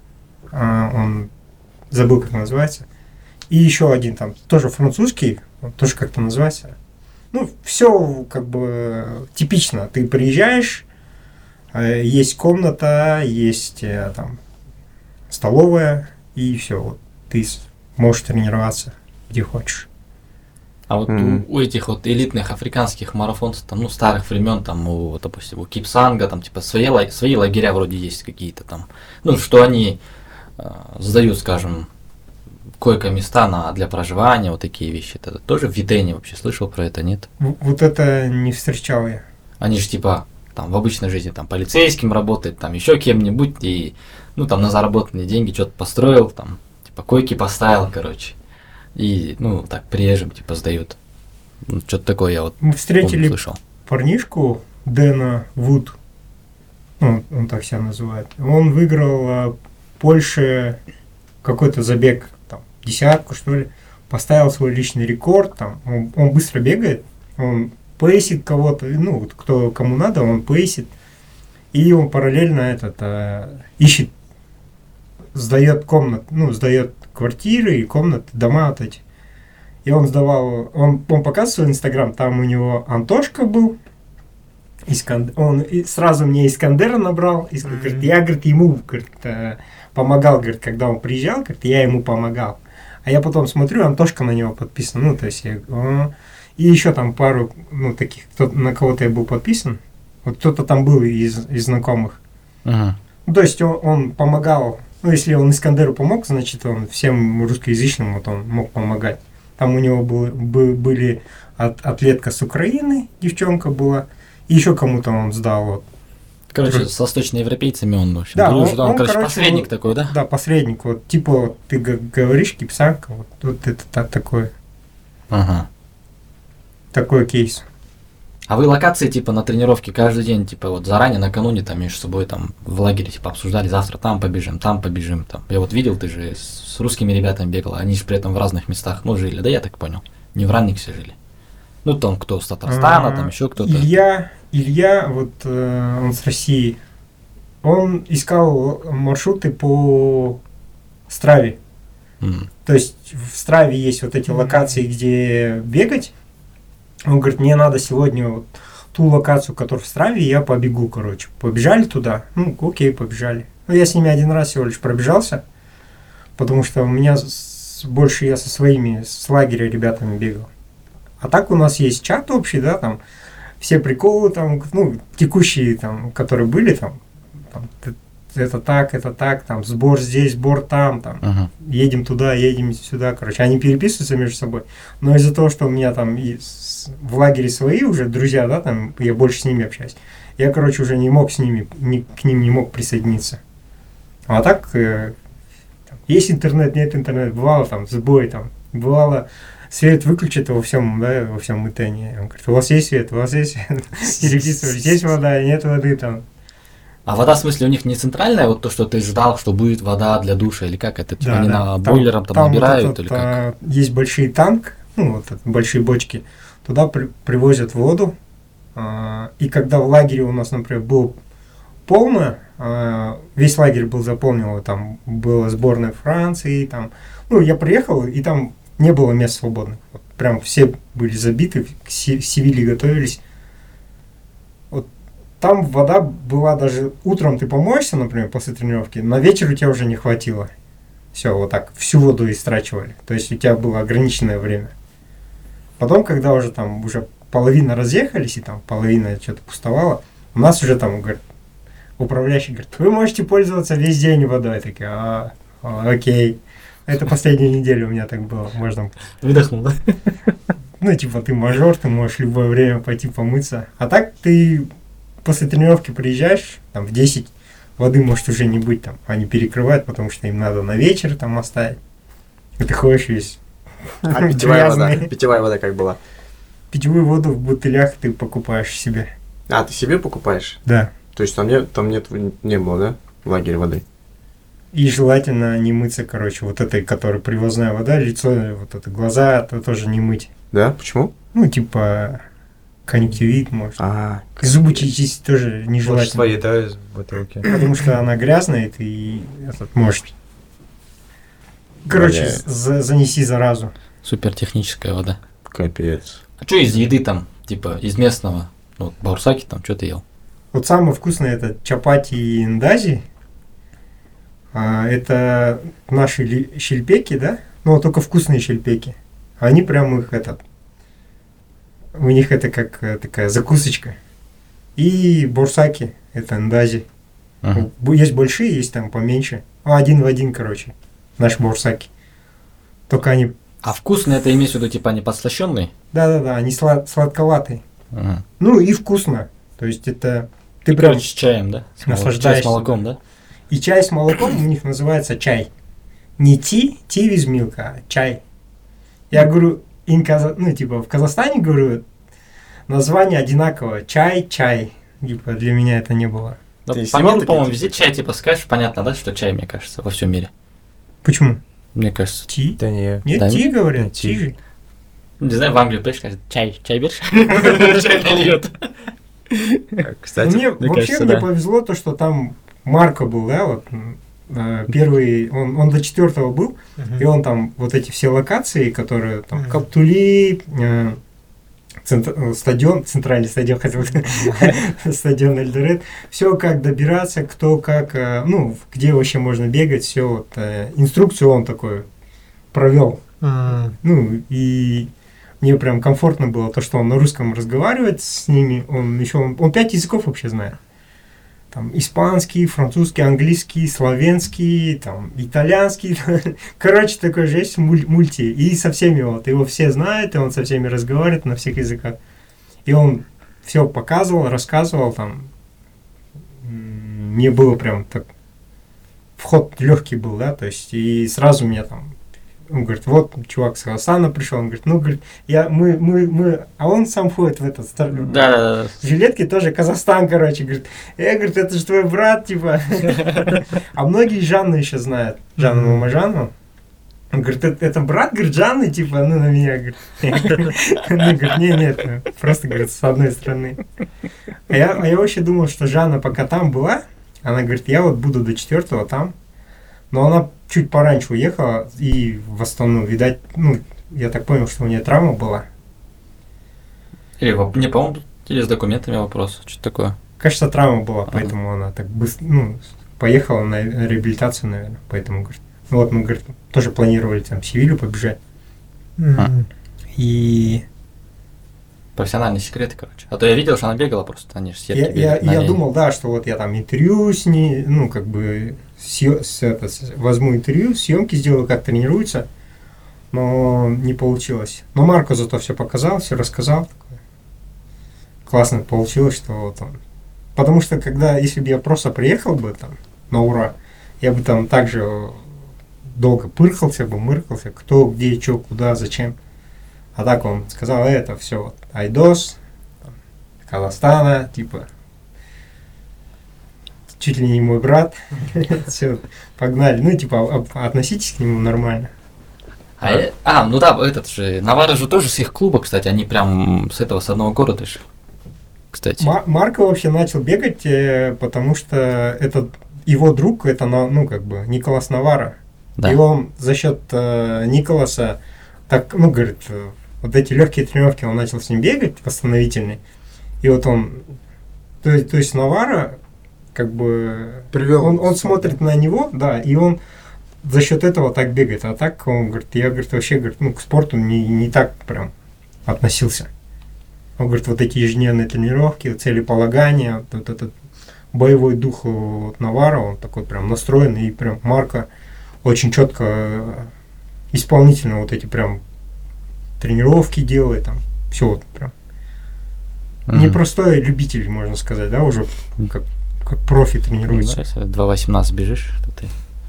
он забыл, как называется. И еще один там, тоже французский, он тоже как-то называется. Ну, все как бы типично. Ты приезжаешь, есть комната, есть там столовая, и все. Вот, ты можешь тренироваться где хочешь. А вот у этих вот элитных африканских марафонцев, там, ну, старых времен, там, допустим, у Кипсанга, там, типа, свои лагеря вроде есть какие-то там, ну, что они сдают, скажем, койко-места для проживания, вот такие вещи. Это тоже в Витене вообще слышал про это, нет? Вот это не встречал я. Они же, типа, там, в обычной жизни, там, полицейским работает, там, еще кем-нибудь, и, ну, там, на заработанные деньги что-то построил, там, типа, койки поставил, короче. И, ну, так, приезжим, типа, сдают. Ну, что-то такое я вот Мы встретили слышал. парнишку Дэна Вуд, ну, он так себя называет. Он выиграл в Польше какой-то забег, там, десятку, что ли, поставил свой личный рекорд, там, он быстро бегает, он пейсит кого-то, ну, вот кто кому надо, он пейсит, и он параллельно ищет, сдает комнат, ну, сдает квартиры и комнаты, дома вот эти. И он сдавал, он показывал свой инстаграм, там у него Антошка был, он сразу мне Искандера набрал, говорит, я, говорит, ему, говорит, помогал, говорит, когда он приезжал, говорит, я ему помогал. А я потом смотрю, Антошка на него подписан, ну, то есть, и еще там пару, ну, таких, на кого-то я был подписан, вот кто-то там был из знакомых. Ага. Ну, то есть, он помогал, ну, если он Искандеру помог, значит, он всем русскоязычным вот он мог помогать. Там у него были атлетка с Украины, девчонка была, и еще кому-то он сдал. Вот. Короче, с восточноевропейцами он, в общем, Да, дружит. Он, короче, короче, посредник такой, да? Да, посредник. Вот, типа, вот, ты говоришь, Кипсанка, вот это такой кейс. А вы локации, типа, на тренировке каждый день, типа, вот заранее, накануне, там, между собой, там, в лагере, типа, обсуждали, завтра там побежим, там. Я вот видел, ты же с русскими ребятами бегал, они же при этом в разных местах, ну, жили, да, я так понял, не в Ранниксе жили. Ну, там, кто с Татарстана, там, еще кто-то. Илья, вот, он с России, он искал маршруты по Страве. То есть, в Страве есть вот эти локации, где бегать. Он говорит, мне надо сегодня вот ту локацию, которая в Страве, я побегу, короче. Побежали туда? Ну, окей, побежали. Ну, я с ними один раз всего лишь пробежался, потому что у меня больше я со своими, с лагеря ребятами бегал. А так у нас есть чат общий, да, там, все приколы там, ну, текущие там, которые были там это так, там, сбор здесь, сбор там, едем туда, едем сюда, короче, они переписываются между собой, но из-за того, что у меня там в лагере свои уже друзья, да, там, я больше с ними общаюсь, я, короче, уже не мог с ними, к ним не мог присоединиться. А так, есть интернет, нет интернета, бывало там сбой, там, бывало свет выключит во всем, да, во всем Итене. Он говорит, у вас есть свет, переписывались, есть вода, нет воды там. А вода, в смысле, у них не центральная, вот то, что ты ждал, что будет вода для душа, или как это? Типа да, они да. бойлером там набирают, или как? Есть большие танки, ну, вот большие бочки, туда привозят воду, и когда в лагере у нас, например, было полно, весь лагерь был заполнен, там была сборная Франции, там, ну, я приехал, и там не было мест свободных, вот, прям все были забиты, сивили готовились. Там вода была даже утром ты помоешься, например, после тренировки, на вечер у тебя уже не хватило. Все, вот так, всю воду истрачивали. То есть у тебя было ограниченное время. Потом, когда уже там уже половина разъехались, и там половина что-то пустовала, у нас уже там, говорит, управляющий говорит, вы можете пользоваться весь день водой. Я такие, окей. Это последнюю неделю у меня так было. Можно... Выдохнул, да? Ну, типа, ты мажор, ты можешь в любое время пойти помыться. А так ты после тренировки приезжаешь, там в 10 воды может уже не быть там, они перекрывают, потому что им надо на вечер там оставить. И ты ходишь весь А питьевая вода? грязный. Питьевая вода как была? Питьевую воду в бутылях ты покупаешь себе. А, ты себе покупаешь? Да. То есть там нет, не было, да, в лагере воды? И желательно не мыться, короче, вот этой, которая привозная вода, лицо, вот это, глаза, это тоже не мыть. Да? Почему? Ну, типа, конъюнктивит, может. А, И зубы чистить тоже Лучше нежелательно. свои, да, из бутылки. Потому что она грязная, и ты этот, можешь... Короче, Бля. занеси заразу. Супертехническая вода. капец. А что из еды там, типа, из местного? Ну, вот баурсаки там, что ты ел? Вот самое вкусное это чапати и ндази. Это наши щельпеки, да? Ну, только вкусные щельпеки. Они прям их у них это как такая закусочка. И борсаки, это ндази. Ага. Есть большие, есть там поменьше. Один в один, короче. Наши борсаки. Только они... А вкусные это имеешь в виду, типа, они подслащенные? Да-да-да, они сладковатые. Ага. Ну и вкусно. То есть это... Ты И, прям... короче, с чаем, да? наслаждаешься. Чай с молоком, да? И чай с молоком у них называется чай. Не ти with milk, а чай. Я говорю, в Казахстане, говорю, название одинаковое. Чай. Типа, для меня это не было. Ну, Ты по снимал миру, такие по-моему, типа? везде чай, типа, скажешь, понятно, да, что чай, мне кажется, во всем мире. Почему? Мне кажется. Ти? Да не. Нет, Да ти не говорят, ти. ти же. Не знаю, в Англию придешь, скажет, чай берешь? Чай нальет. Кстати, Мне мне вообще кажется, мне да. повезло то, что там Марко был, да, вот первый, он до 4-го был, и он там вот эти все локации, которые там Каптули, центральный стадион, хотел сказать, стадион Эльдорет, все как добираться, кто как, где вообще можно бегать, все вот, инструкцию он такой провел. Ну, и мне прям комфортно было то, что он на русском разговаривает с ними, он 5 языков вообще знает. Там испанский, французский, английский, славянский, там, итальянский. Короче, такой же есть мульти. И со всеми вот, его все знают, и он со всеми разговаривает на всех языках. И он все показывал, рассказывал там. Мне было прям так... Вход легкий был, да, то есть, и сразу меня там... Он говорит, вот, чувак с Казахстана пришел, он говорит, мы, а он сам ходит в этот Да. в жилетке тоже Казахстан, короче, говорит, говорит, это же твой брат, типа. А многие Жанну еще знают, Жанну Мамажану. Он говорит, это брат, говорит, Жанны, типа, на меня, говорит. Он говорит, нет, просто, говорит, с одной стороны. А я вообще думал, что Жанна пока там была, она говорит, я вот буду до 4-го там. Но она чуть пораньше уехала, и в основном, видать, я так понял, что у нее травма была. Или, не, по-моему, или с документами вопрос, что такое. Кажется, травма была, поэтому она так быстро, поехала на реабилитацию, наверное, поэтому, говорит, мы, говорит, тоже планировали там в Севилью побежать. И... Профессиональные секреты, короче. А то я видел, что она бегала просто, они же сетки бегают на Я ней. думал, да, что вот я там интервью с ней, возьму интервью, съемки сделаю, как тренируется, но не получилось. Но Марко зато все показал, все рассказал. Такое. Классно получилось, что вот он. Потому что если бы я просто приехал бы там на ура, я бы там также долго мыркался, кто, где, что, куда, зачем. А так он сказал, это все вот Айдос, Казахстана, типа, чуть ли не мой брат, все, погнали. Относитесь к нему нормально. Ну да, этот же, Навара же тоже с их клуба, кстати, они прям с одного города же, кстати. Марко вообще начал бегать, потому что его друг, это, Николас Навара. Да. И он за счет Николаса, говорит, вот эти легкие тренировки, он начал с ним бегать, восстановительные. И вот он, то есть Навара, Привел. он смотрит на него, да, и он за счет этого так бегает. А так он говорит, я, говорит, вообще, говорит, к спорту не так прям относился. Он говорит, вот эти ежедневные тренировки, целеполагание, вот этот боевой дух Навара, он такой прям настроенный, и прям Марко очень четко, исполнительно вот эти прям тренировки делает, там, все вот прям. непростой любитель, можно сказать, да, уже как профи тренируется. 2.18 бежишь, что ты...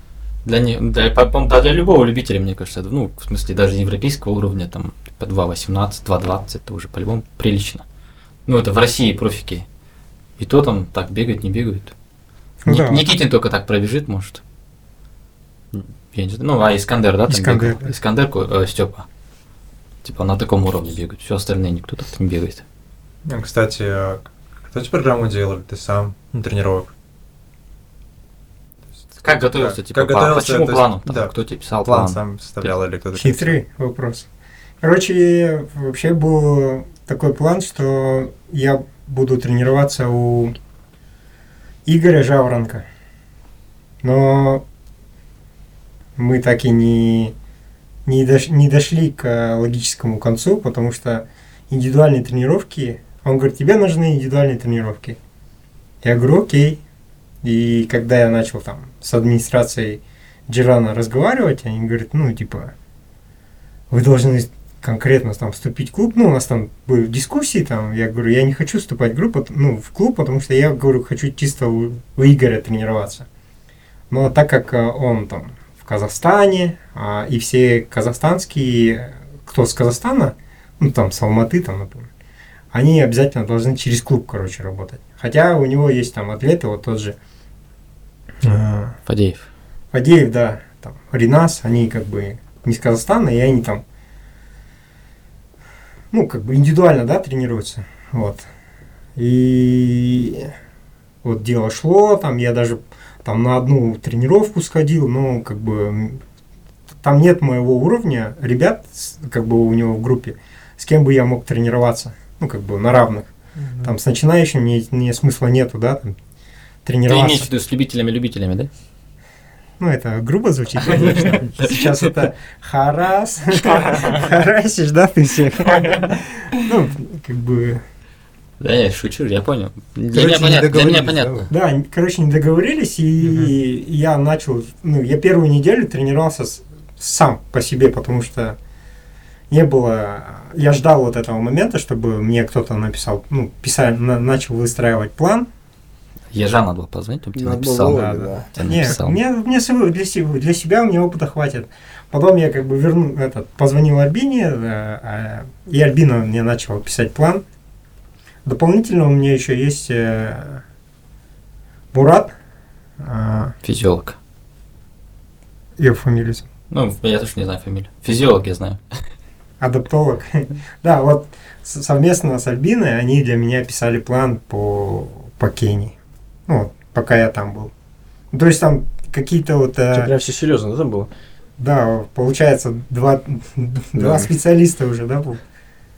Для любого любителя, мне кажется, ну, в смысле, даже европейского уровня, там, по 2.18, 2.20, это уже по-любому прилично. Ну, это в России профики. И то там так бегают, не бегают. Ну, да. Никитин только так пробежит, может. Я не знаю. Ну, а Искандер, да? Искандер, да. Искандер, Степа. Типа на таком уровне бегают. Все остальные никто так не бегает. Кстати, кто тебе программу делал? Ты сам? Тренировок? Как готовился, как типа, готовился, по чему то есть, плану? да. Там, кто тебе писал План план? сам составлял или кто-то? Хитрый вопрос. Короче, вообще был такой план, что я буду тренироваться у Игоря Жаворонка. Но мы так и не дошли к логическому концу, потому что индивидуальные тренировки... Он говорит, тебе нужны индивидуальные тренировки. Я говорю, окей. И когда я начал там с администрацией Джирана разговаривать, они говорят, ну, типа, вы должны конкретно там вступить в клуб. Ну, у нас там были дискуссии, там, я говорю, я не хочу вступать в клуб, потому что я, говорю, хочу чисто у Игоря тренироваться. Но так как он там в Казахстане, и все казахстанские, кто с Казахстана, ну, там, с Алматы, там, например, они обязательно должны через клуб, короче, работать. Хотя у него есть там атлеты, вот тот же Фадеев, да, там, Ринас, они как бы не с Казахстана, и они там, ну, как бы индивидуально, да, тренируются, вот. И вот дело шло, там я даже там на одну тренировку сходил, но как бы там нет моего уровня ребят, как бы у него в группе, с кем бы я мог тренироваться, ну, как бы на равных. Там с начинающим мне смысла нету, да, там, тренироваться. Ты имеешь в виду с любителями, да? Ну, это грубо звучит, конечно. Сейчас это харасишь, да, ты всех? Ну, как бы... Да, я шучу, я понял. Для Короче, меня понятно. Да, короче, не договорились, и я начал... Ну, я первую неделю тренировался сам по себе, потому что не было... Я ждал вот этого момента, чтобы мне кто-то написал, ну, начал выстраивать план. Ежа надо было позвонить, чтобы тебе Надо написал. было, Да. да. Тебе Нет, написал. для себя мне опыта хватит. Потом я как бы позвонил Альбине, и Альбина мне начала писать план. Дополнительно у меня еще есть Мурат. Физиолог. Ее фамилию. Ну, я тоже не знаю фамилию. Физиолог я знаю. Адаптолог. Да, вот совместно с Альбиной они для меня писали план по Кении. Ну, вот, пока я там был. То есть там какие-то вот... Прям все серьезно, да, там было? Да, получается, два специалиста уже, да, был.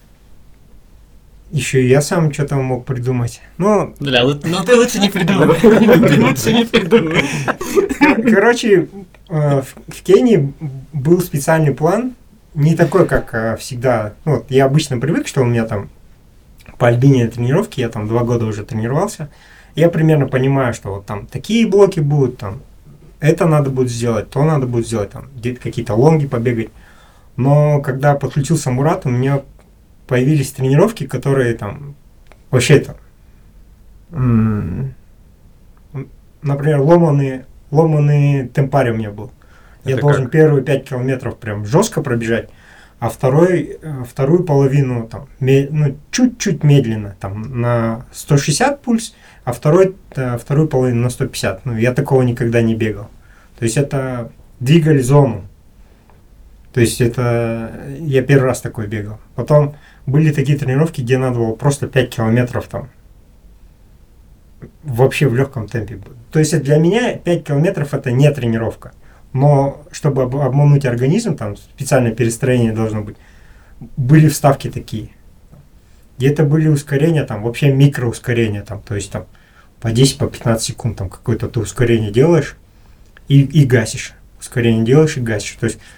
Еще и я сам что-то мог придумать. Ну, Бля, ну ты лучше не придумывай. Ты лучше не придумывай. короче, в Кении был специальный план, не такой, как всегда. Ну, вот я обычно привык, что у меня там по Альбине тренировки, я там 2 года уже тренировался. Я примерно понимаю, что вот там такие блоки будут, там это надо будет сделать, то надо будет сделать, там где-то какие-то лонги побегать. Но когда подключился Мурат, у меня появились тренировки, которые там вообще там, например, ломаный темпарий у меня был. Я Это должен как? первые 5 километров прям жестко пробежать, а вторую половину там, чуть-чуть медленно, там на 160 пульс, а вторую половину на 150. Ну, я такого никогда не бегал. То есть это двигали зону. То есть это я первый раз такой бегал. Потом были такие тренировки, где надо было просто 5 километров там вообще в легком темпе. То есть для меня 5 километров это не тренировка. Но чтобы обмануть организм, там специальное перестроение должно быть. Были вставки такие. И это были ускорения, там вообще микроускорения, там, то есть там по 10-15 секунд там какое-то ты ускорение делаешь и гасишь. Ускорение делаешь и гасишь. То есть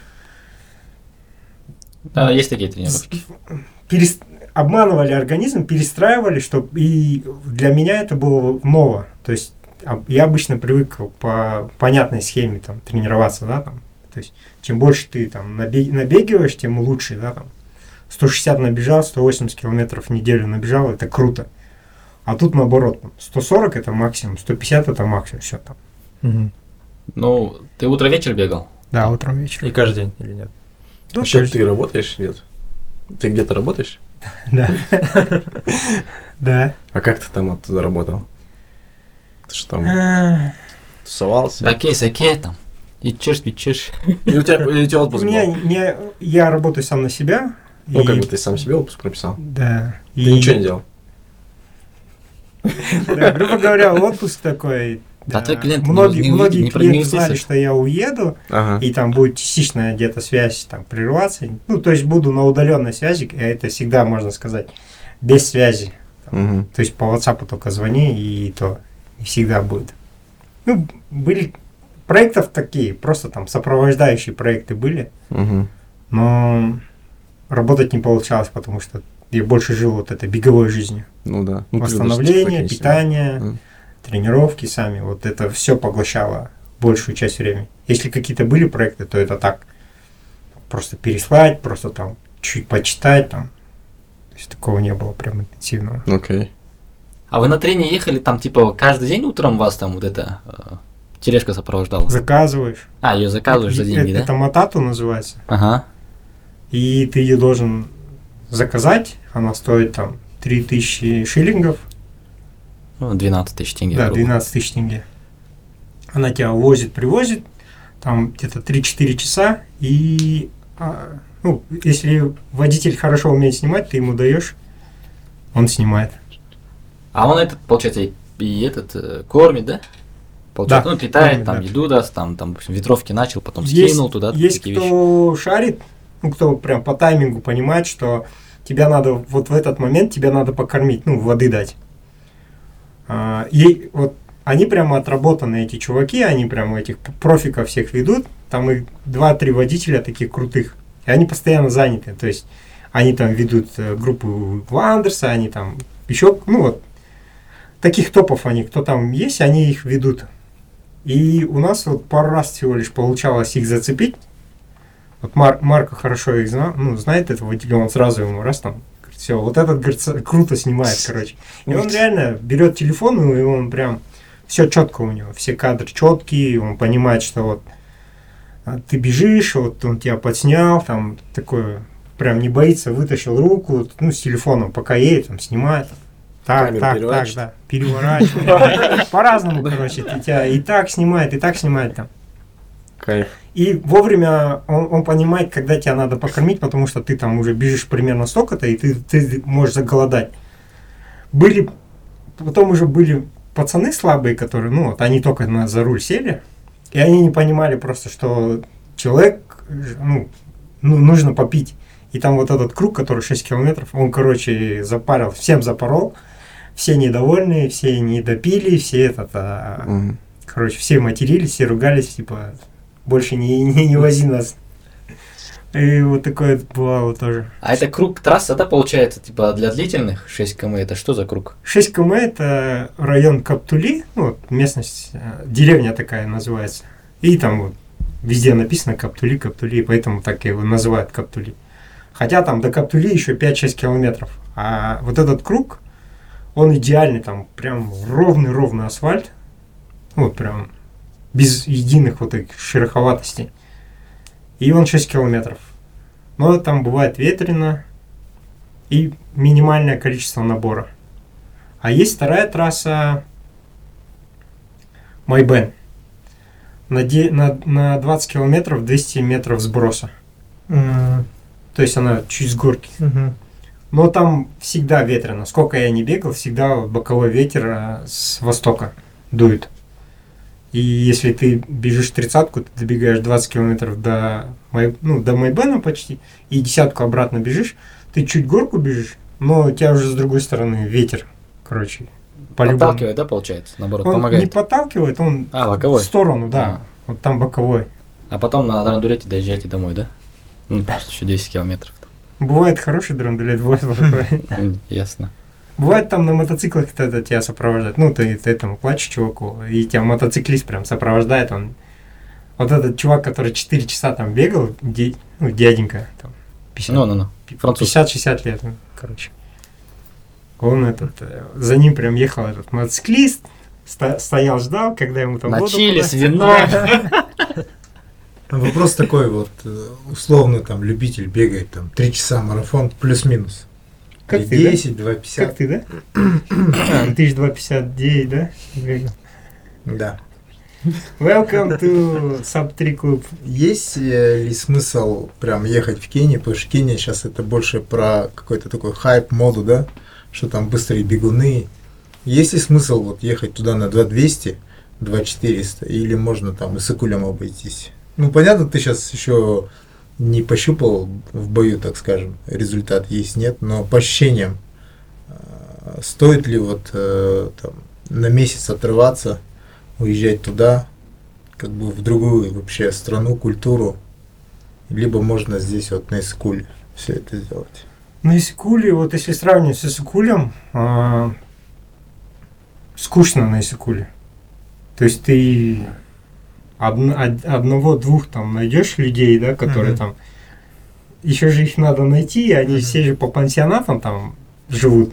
Да, есть такие тренировки. обманывали организм, перестраивали, чтобы и для меня это было ново. То есть я обычно привык по понятной схеме там тренироваться, да, там. То есть чем больше ты там набегиваешь, тем лучше, да, там. 160 набежал, 180 километров в неделю набежал, это круто. А тут наоборот, 140 это максимум, 150 это максимум, все там. Мгм. Ну, ты утро-вечер бегал? Да, утром, вечером. И каждый день или нет? Да, Вообще, каждый- ты работаешь? Нет. Ты где-то работаешь? Да. Да. А как ты там оттуда работал? Ты что там, А, тусовался? Саке там. И вечеришь. Или у тебя У отпуск меня, был? я работаю сам на себя. Ну, и- как бы ты сам себе отпуск прописал. Да. Ты ничего не делал. Да, грубо говоря, отпуск такой. Да ты клиент многие не многие не клиенты знали, продвинулся. что я уеду, Ага. и там будет частичная где-то связь там прерываться. Ну, то есть буду на удаленной связи, и это всегда, можно сказать, без связи. Мгм. То есть по WhatsApp только звони, и то и всегда будет. Ну, были проектов такие, просто там сопровождающие проекты были, Мгм. но работать не получалось, потому что я больше жил вот этой беговой жизнью. Ну да. Ну, ты Восстановление, даже так и питание, Мгм. тренировки сами, вот это все поглощало большую часть времени. Если какие-то были проекты, то это так, просто переслать, просто там чуть почитать там. То есть такого не было прям интенсивного. Окей. А вы на трение ехали там, типа, каждый день утром вас там вот эта тележка сопровождала? Заказываешь. А, ее заказываешь за деньги, Это да? матату называется. Ага. И ты ее должен заказать. Она стоит там 3000 шиллингов. Ну, 12 тысяч тенге. Да, грубо. 12 тысяч тенге. Она тебя возит, привозит. Там где-то 3-4 часа. И ну, если водитель хорошо умеет снимать, ты ему даешь, он снимает. А он этот, получается, и этот кормит, да? Получается, Да, ну, питает, кормит, там, да. еду даст, там, допустим, ветровки начал, потом Есть- скинул туда, Есть такие вещи. кто шарит, ну, кто прям по таймингу понимает, что тебя надо вот в этот момент тебя надо покормить, ну, воды дать. И вот они прямо отработанные, эти чуваки, они прямо этих профиков всех ведут, там их 2-3 водителя таких крутых, и они постоянно заняты, то есть они там ведут группу Вандерса, они там еще, ну вот, таких топов они, кто там есть, они их ведут. И у нас вот пару раз всего лишь получалось их зацепить. Вот Марко хорошо их знает этого водителя, он сразу ему раз там, все, вот этот, говорит, круто снимает, короче. И он реально берет телефон, и он прям, все четко у него, все кадры четкие, он понимает, что вот ты бежишь, вот он тебя подснял, там такое, прям не боится, вытащил руку, ну, с телефоном, пока едет, там, снимает. Так, Камеру так, переворачивает. да, переворачивает. По-разному, короче, тебя и так снимает там. Кайф. И вовремя он понимает, когда тебя надо покормить, потому что ты там уже бежишь примерно столько-то, и ты можешь заголодать. Потом уже были пацаны слабые, которые, ну, вот они только за руль сели, и они не понимали просто, что человек, ну, нужно попить. И там вот этот круг, который 6 километров, он, короче, всем запорол, все недовольные, все не допили, все Мгм. короче, все матерились, все ругались, типа, больше не вози нас. И вот такое бывало тоже. А это круг трасса, да, получается, типа, для длительных 6 км, это что за круг? 6 км это район Каптули, ну, вот местность, деревня такая называется. И там вот везде написано Каптули, Каптули, поэтому так его называют Каптули. Хотя там до Каптули еще 5-6 километров. А вот этот круг, он идеальный, там прям ровный асфальт. Вот прям без единых вот этих шероховатостей. И он 6 километров. Но там бывает ветрено и минимальное количество набора. А есть вторая трасса Майбен. На 20 километров 200 метров сброса. То есть она чуть с горки. Мгм. Но там всегда ветрено. Сколько я не бегал, всегда боковой ветер с востока дует. И если ты бежишь 30-ку, ты добегаешь 20 километров до Майбена почти, и 10-ку обратно бежишь, ты чуть горку бежишь, но у тебя уже с другой стороны ветер, короче, по-любому. Подталкивает, да, получается? Наоборот, Он не помогает. подталкивает, он Боковой. в сторону, да. Вот там боковой. А потом на драндулете доезжаете домой, да? Ну, еще 10 километров. Бывает хороший драндулет, бывает плохой. Ясно. Бывает там на мотоциклах это тебя сопровождает. Ну, ты этому плачешь чуваку, и тебя мотоциклист прям сопровождает. Он вот этот чувак, который 4 часа там бегал, дяденька, там, 50. Ну. Француз. 50-60 лет, короче. Он за ним прям ехал этот мотоциклист, стоял, ждал, когда ему там воду Начились, подать. вино. Вопрос такой вот, условно там любитель бегает там 3 часа марафон плюс-минус. Как ты, да? 10, 2,50. Как ты, да? 1259, да? Да. Welcome to Sub 3 Club. Есть ли смысл прям ехать в Кению, потому что Кения сейчас это больше про какой-то такой хайп, моду, да, что там быстрые бегуны. Есть ли смысл вот ехать туда на 2200, 2400, или можно там и с Исыкулем обойтись? Ну, понятно, ты сейчас еще не пощупал в бою, так скажем, результат есть, нет, но по ощущениям, стоит ли вот там на месяц отрываться, уезжать туда, как бы в другую вообще страну, культуру, либо можно здесь вот на Исыкуле все это сделать? На Исыкуле, вот если сравнивать с Исыкулем, скучно на Исыкуле. То есть ты одного-двух там найдешь людей, да, которые там, еще же их надо найти, они все же по пансионатам там живут.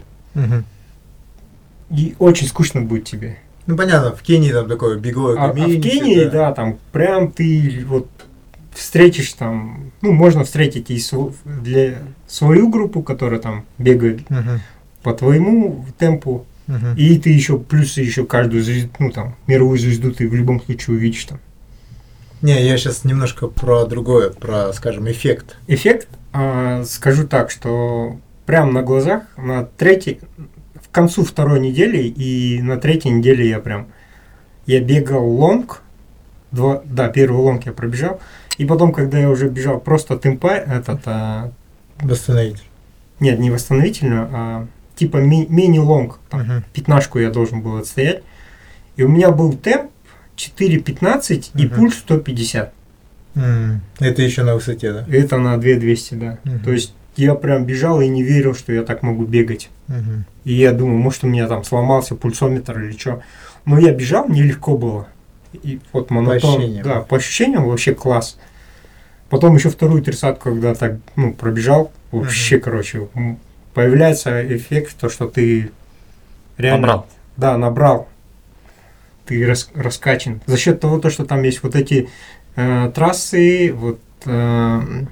И очень скучно будет тебе. Ну, понятно, в Кении там такое беговое А в комьюнити, Кении, да, там прям ты вот встретишь там, ну, можно встретить и для свою группу, которая там бегает по твоему темпу, и ты еще плюс еще каждую звезду, ну, там, мировую звезду ты в любом случае увидишь там. Не, я сейчас немножко про другое, про, скажем, эффект. Эффект, скажу так, что прям на глазах, к концу второй недели и на третьей неделе я бегал лонг, первый лонг я пробежал, и потом, когда я уже бежал просто темпа, Восстановить. нет, не восстановительную, а типа мини-лонг, там, 15 я должен был отстоять, и у меня был темп 4.15 и пульс 150. Это еще на высоте, да? Это на 2200, да. То есть я прям бежал и не верил, что я так могу бегать. И я думаю, может, у меня там сломался пульсометр или что. Но я бежал, мне легко было. И вот монотон. По ощущениям вообще класс. Потом еще вторую тридцатку, когда так пробежал, вообще, короче, появляется эффект, то, что ты реально... Набрал. Да, набрал. Ты раскачан. За счет того, что там есть вот эти трассы, вот там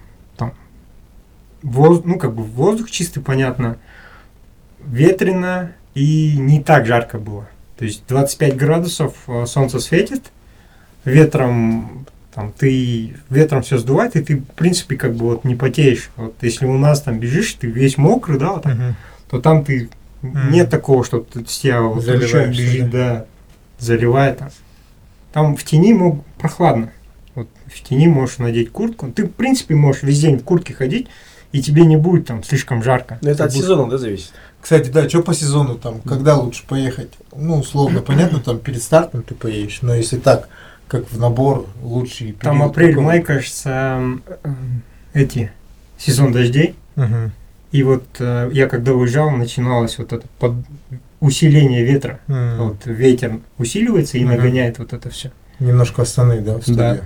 воздух чистый, понятно, ветрено и не так жарко было. То есть 25 градусов, солнце светит, ветром все сдувает, и ты, в принципе, как бы вот не потеешь. Вот если у нас там бежишь, ты весь мокрый, да, вот, то там ты нет такого, что с тебя вот ручьем бежит, да, заливает. Там в тени прохладно. Вот в тени можешь надеть куртку. Ты, в принципе, можешь весь день в куртке ходить, и тебе не будет там слишком жарко. Но это от сезона, да, зависит? Кстати, да, что по сезону там, когда лучше поехать? Ну, условно, понятно, там перед стартом ты поедешь, но если так, как в набор, лучший период. Там апрель-май, кажется, сезон дождей. И вот я когда уезжал, начиналось вот это усиление ветра. Вот ветер усиливается и нагоняет вот это все. Немножко Астаны, да, в студию? Да.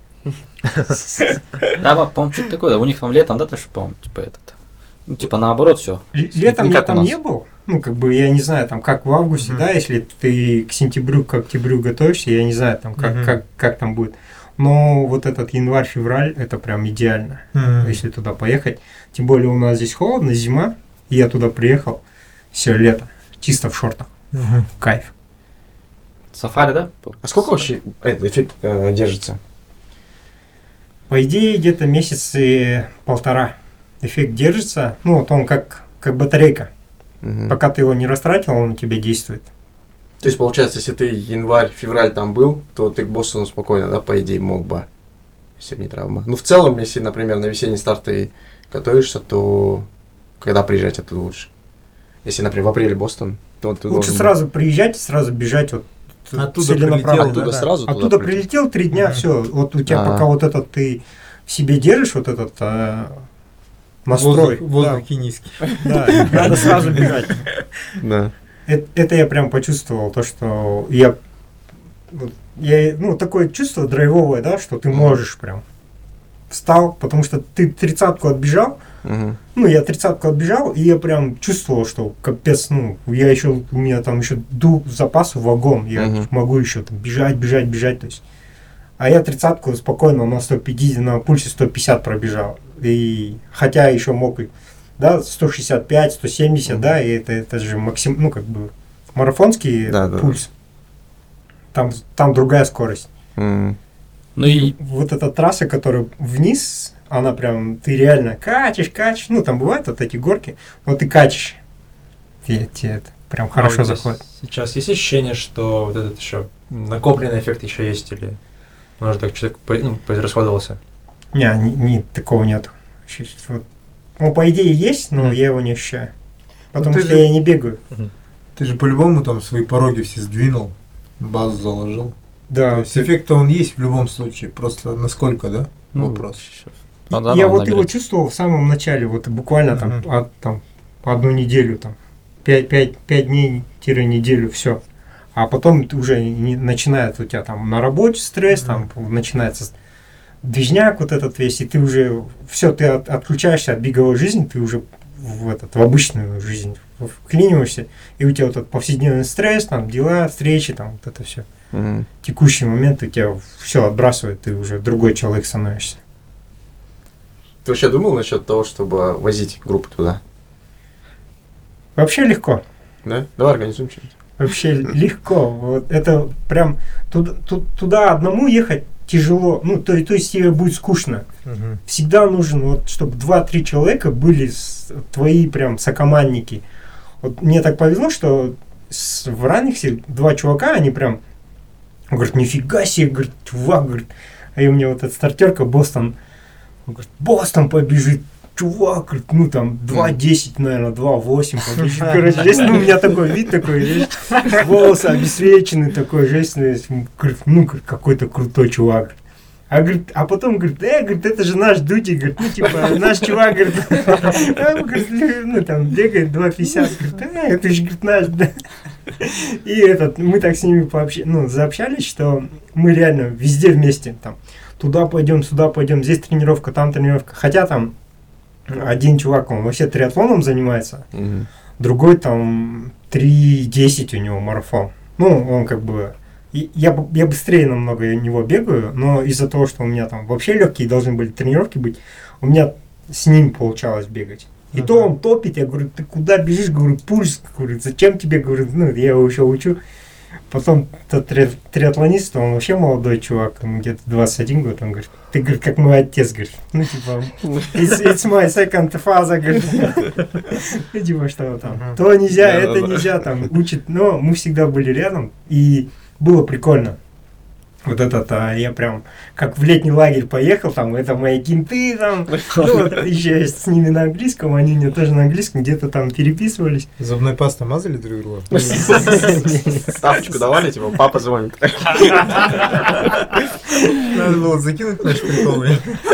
Да, по-моему, что-то такое. У них там летом, да, тоже, по-моему, типа наоборот все. Летом я там не был. Ну, как бы, я не знаю, там, как в августе, да, если ты к сентябрю, к октябрю готовишься, я не знаю, там, как там будет. Но вот этот январь-февраль, это прям идеально, если туда поехать. Тем более у нас здесь холодно, зима, и я туда приехал, все, лето, чисто в шортах, кайф. Сафари, да? А сколько вообще этот эффект держится? По идее, где-то месяца полтора эффект держится. Ну, вот он как батарейка. Пока ты его не растратил, он у тебя действует. То есть, получается, если ты январь-февраль там был, то ты к Бостону спокойно, да, по идее, мог бы, если бы не травма. Ну, в целом, если, например, на весенний старт ты готовишься, то когда приезжать, это лучше. Если, например, в апреле Бостон, то ты лучше сразу приезжать, сразу бежать вот оттуда прилетел, сразу оттуда прилетел 3 дня, все. Вот у тебя пока вот этот ты в себе держишь, вот этот настрой. Воздух кенийский. Да, надо сразу бежать. Да. Это я прям почувствовал, то, что ну, такое чувство драйвовое, да, что ты можешь прям встал, потому что ты 30-ку отбежал, Мгм. ну, я 30-ку отбежал, и я прям чувствовал, что капец, ну, у меня там еще запасу вагон, я Мгм. могу еще там бежать, то есть. А я 30-ку спокойно на 150, на пульсе 150 пробежал. И хотя еще мог и, да, 165, 170, да, и это же максимум, ну, как бы марафонский Да. пульс. Там другая скорость. Мгм. Ну и Вот эта трасса, которая вниз, она прям, ты реально катишь, ну, там бывают вот эти горки, но ты катишь. И тебе это прям хорошо А вот заходит. Сейчас есть ощущение, что вот этот еще накопленный эффект еще есть, или может так человек поизрасходовался? Такого нет. Вот. Ну, по идее, есть, но я его не ощущаю. Потому ты что же- я не бегаю. Ты же по-любому там свои пороги все сдвинул, базу заложил. То Да. есть эффект-то он есть в любом случае, просто насколько, да? ну, Вопрос. Я вот его чувствовал в самом начале, вот буквально Мгм. там одну неделю, там, 5 дней-неделю, все. А потом ты уже начинает у тебя там на работе стресс, там начинается движняк вот этот весь, и ты уже все, ты отключаешься от беговой жизни, ты уже в обычную жизнь вклиниваешься, и у тебя вот этот повседневный стресс, там дела, встречи, там вот это все. Мгм. Текущий момент у тебя все отбрасывает, ты уже другой человек становишься. Ты вообще думал насчет того, чтобы возить группу туда? Вообще легко. Да? Давай организуем что-нибудь. Вообще легко. Вот это прям туда одному ехать тяжело. Ну, то есть тебе будет скучно. Мгм. Всегда нужен, вот, чтобы 2-3 человека были твои прям сокомандники. Вот мне так повезло, что в Ранниксе 2 чувака, они прям говорят, нифига себе, говорит, чувак, говорит. А и у меня вот эта стартерка Бостон, он говорит, Бостон побежит. Чувак, говорит, ну там 2.10, наверное, 2.8 побежит. Короче, здесь, ну, у меня такой вид такой, здесь, волосы обесвечены, такой, жесть, говорит, ну, какой-то крутой чувак. А потом, говорит, это же наш Дути, говорит, ну, типа, наш чувак, говорит, ну, там, бегает 2.50, говорит, это же, говорит, наш, да. И мы так с ними заобщались, что мы реально везде вместе, там, туда пойдем, сюда пойдем, здесь тренировка, там тренировка, хотя там один чувак, он вообще триатлоном занимается, Мгм. другой там 3.10 у него марафон. Ну, он как бы... Я быстрее намного него бегаю, но из-за того, что у меня там вообще легкие должны были тренировки быть, у меня с ним получалось бегать. И то он топит, я говорю, ты куда бежишь? Говорю, пульс, говорю, зачем тебе? Говорю, ну, я его еще учу. Потом тот триатлонист, он вообще молодой чувак, ему где-то 21 год, он говорит, ты, говорит, как мой отец, говорит, ну, типа, it's my second father, говорит, ну, типа, что там, то нельзя, это нельзя, там, учит, но мы всегда были рядом, и было прикольно. Вот я прям, как в летний лагерь поехал, там, это мои кенты, там, ну, вот, еще с ними на английском, они мне тоже на английском где-то там переписывались. Зубной пастой мазали друг друга? Ставочку давали, типа, папа звонит. Надо было закинуть наши приколы.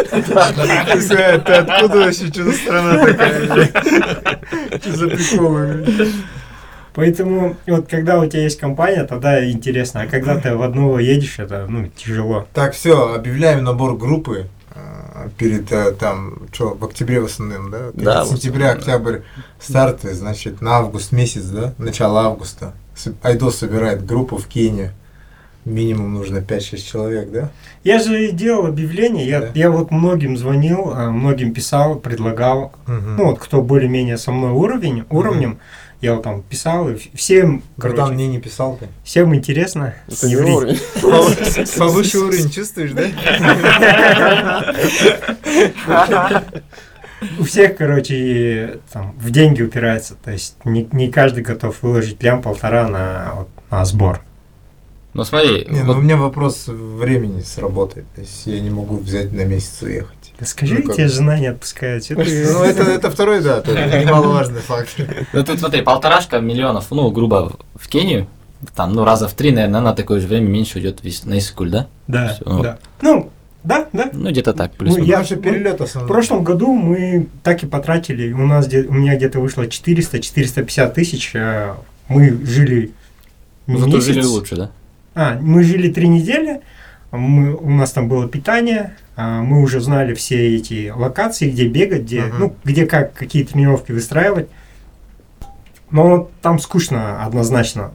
Ты откуда вообще, что за страна такая? Что за приколы? Поэтому вот когда у тебя есть компания, тогда интересно, а когда ты в одного едешь, это, ну, тяжело. Так, все, объявляем набор группы перед там, что, в октябре в основном, да? Да, в Сентября, основном, октябрь старты, значит, на август месяц, да? Начало августа. Айдос собирает группу в Кению. Минимум нужно 5-6 человек, да? Я же делал объявление, Да. я вот многим звонил, многим писал, предлагал, ну вот кто более-менее со мной уровнем, я вот там писал, и всем, Братан, короче, мне не писал ты. всем интересно. Это не Не ври. уровень. Повыше уровень чувствуешь, да? У всех, короче, там, в деньги упирается, то есть не каждый готов выложить лям-полтора на сбор. Ну смотри, Не, ну вот у меня вопрос времени сработает. То есть я не могу взять на месяц уехать. Да скажи, Ну, как тебе бы. жена не отпускает. Чё ты- Ну, это второй, да, тоже немаловажный фактор. ну, тут смотри, 1,5 миллиона, ну, грубо, в Кению, там, ну, раза в 3, наверное, на такое же время меньше уйдет на Исыкуль, да? Да, Всё, ну. да. Ну, да. Ну, где-то так, плюс Ну, Я я- же перелет В основной. прошлом году мы так и потратили, у меня где-то вышло 400-450 тысяч, мы жили Ну, зато месяц. жили лучше, да? Мы жили 3 недели, у нас там было питание, мы уже знали все эти локации, где бегать, где какие тренировки выстраивать. Но там скучно однозначно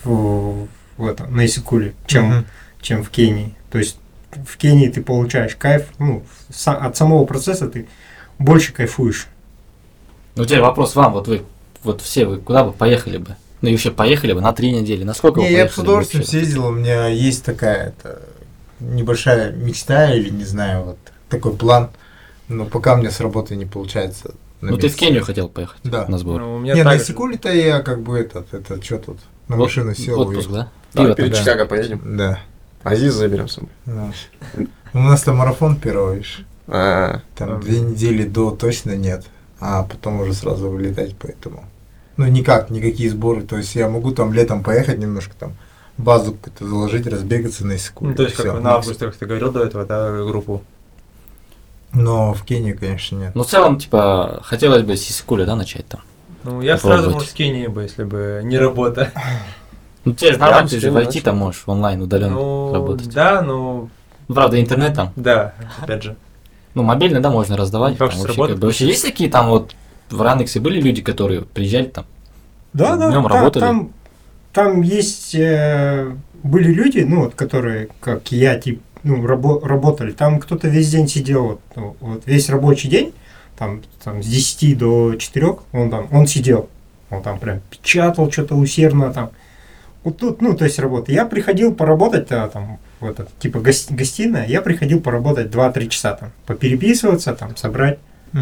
на Исыкуле, чем в Кении. То есть в Кении ты получаешь кайф, от самого процесса ты больше кайфуешь. Ну, теперь вопрос вам, вы куда бы поехали бы? Ну и вообще поехали бы на 3 недели, насколько вы Не, поехали? я бы с удовольствием съездил, у меня есть такая небольшая мечта или, не знаю, такой план, но пока у меня с работы не получается. Ну ты в Кению хотел поехать? Да. На сбор. Ну, у меня Не, на так же. Исыкуле-то я что тут, на машину сел. Отпуск, да? Да, Пиво перед там. Чикаго поедем. Да. Азиз заберем с собой. Да. У нас там марафон первый, видишь. А, Там 2 недели до точно нет, а потом уже сразу вылетать, поэтому. Ну, никакие сборы. То есть я могу там летом поехать немножко там, базу какую-то заложить, разбегаться на Исыкуле. Ну, то есть, всё. как на август, как ты говорил до этого, да, группу. Но в Кении, конечно, нет. Ну, в целом, хотелось бы с Исыкуля, да, начать там. Ну, я Попробовать. сразу, может, с Кении бы, если бы не работа. Ну, тебе же нормально, ты же скину, войти там можешь онлайн удаленно Ну, работать. да, ну, Правда, интернет там. да, опять же. Ну, мобильно, да, можно раздавать. Не факт, Там что вообще, сработает. вообще есть такие там в Ранексе были люди, которые приезжали там? Да, Днём работали? Там есть были люди, которые, как я, работали. Там кто-то весь день сидел, весь рабочий день, там с 10 до 4, он сидел, он там прям печатал что-то усердно там. Вот тут, то есть работа. Я приходил поработать, гостиная, я приходил поработать 2-3 часа там, попереписываться, там, собрать.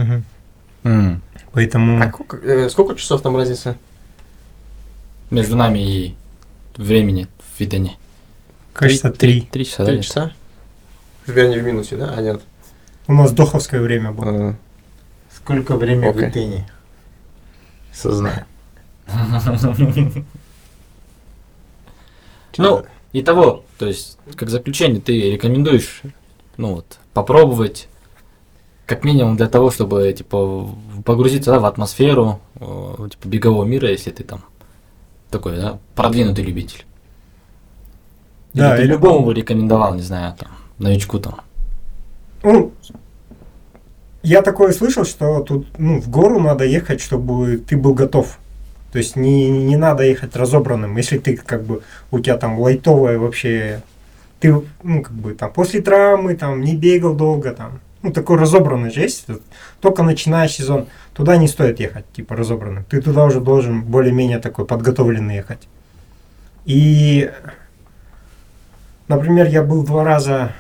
Мгм. Поэтому... сколько часов там разница? Между нами и времени в Видене. Кажется, 3. 3 часа, 3 да? часа? Теперь не в минусе, да? А нет. У нас доховское время было. Сколько времени в Окей. Итыне? Сознаю. Ну, итого, то есть, как заключение, ты рекомендуешь, попробовать, как минимум для того, чтобы, погрузиться, да, в атмосферу, бегового мира, если ты там такой, да, продвинутый любитель. Да, Или ты или- любому бы рекомендовал, не знаю, там, новичку там. Я такое слышал, что тут, в гору надо ехать, чтобы ты был готов. То есть не надо ехать разобранным. Если ты, у тебя там лайтовая вообще, ты, там, после травмы, там, не бегал долго, там, такой разобранный же есть. Только начинаешь сезон, туда не стоит ехать, разобранным. Ты туда уже должен более-менее такой подготовленный ехать. И, например, я был 2 раза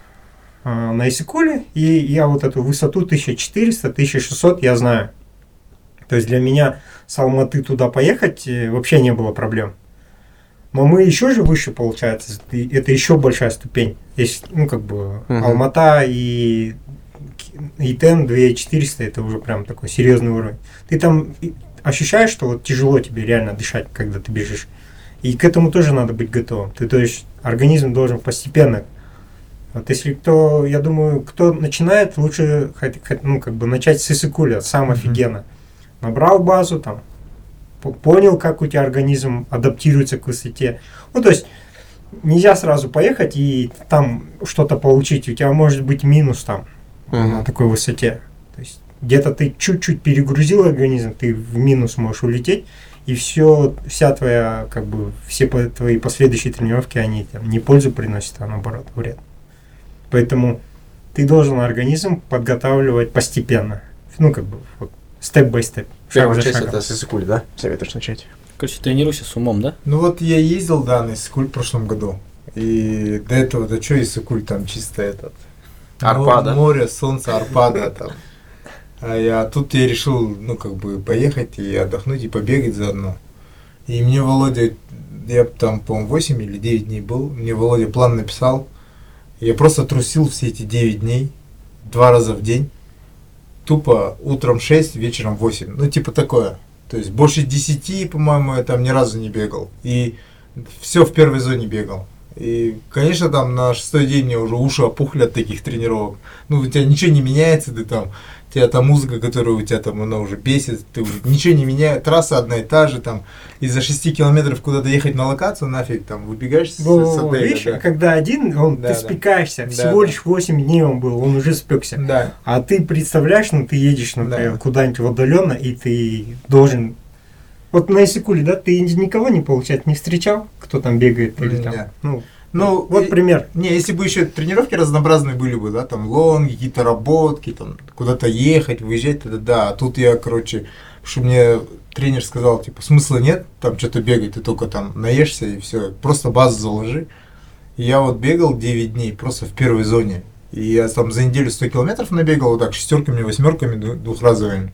на Исыкуле, и я эту высоту 1400-1600 я знаю. То есть для меня с Алматы туда поехать вообще не было проблем. Но мы еще же выше, получается, это еще большая ступень. Есть, Алмата и Итен 2400, это уже прям такой серьезный уровень. Ты там ощущаешь, что тяжело тебе реально дышать, когда ты бежишь. И к этому тоже надо быть готовым. То есть организм должен постепенно. Если я думаю, кто начинает, лучше начать с Исыкуля, сам офигенно. Набрал базу, там, понял, как у тебя организм адаптируется к высоте. То есть нельзя сразу поехать и там что-то получить. У тебя может быть минус там на такой высоте. То есть где-то ты чуть-чуть перегрузил организм, ты в минус можешь улететь, и вся твоя, все твои последующие тренировки, они там не пользу приносят, а наоборот вред. Поэтому ты должен организм подготавливать постепенно. Степ-бай-степ. Первая часть это с Исыкули, да? Советуешь начать? Короче, тренируйся с умом, да? Я ездил, да, на Исыкуль в прошлом году. И до этого, да что Исыкуль, там чисто Арпада. Море, солнце, Арпада там. А тут я решил, поехать и отдохнуть, и побегать заодно. И мне Володя, я там, по-моему, 8 или 9 дней был, мне Володя план написал. Я просто трусил все эти 9 дней, 2 раза в день. Тупо утром 6, вечером 8. Такое. То есть больше 10, по-моему, я там ни разу не бегал. И все в первой зоне бегал. И, конечно, там на 6-й день мне уже уши опухли от таких тренировок. Ну, у тебя ничего не меняется, ты там, у тебя та музыка, которая у тебя там, она уже бесит, ты уже ничего не меняет, трасса одна и та же, там, из-за 6 километров куда-то ехать на локацию, нафиг, там, выбегаешь с отеля. Видишь, Да. когда один, Да, ты да. спекаешься, Да, всего да. лишь 8 дней он был, он уже спекся. Да. А ты представляешь, ну ты едешь, например, Да. куда-нибудь в отдаленно, и ты должен... Вот на Иссыкуле, да, ты никого не, получается, не встречал, кто там бегает или там... Нет. Ну, Ну, вот пример. Не, если бы еще тренировки разнообразные были бы, да, там лонги, какие-то работки, там куда-то ехать, выезжать, тогда да. А тут я, короче, что мне тренер сказал, типа, смысла нет там что-то бегать, ты только там наешься и все, просто базу заложи. И я вот бегал 9 дней просто в первой зоне. И я там за неделю 100 километров набегал, вот так, 6-ками, 8-ками, двухразовыми.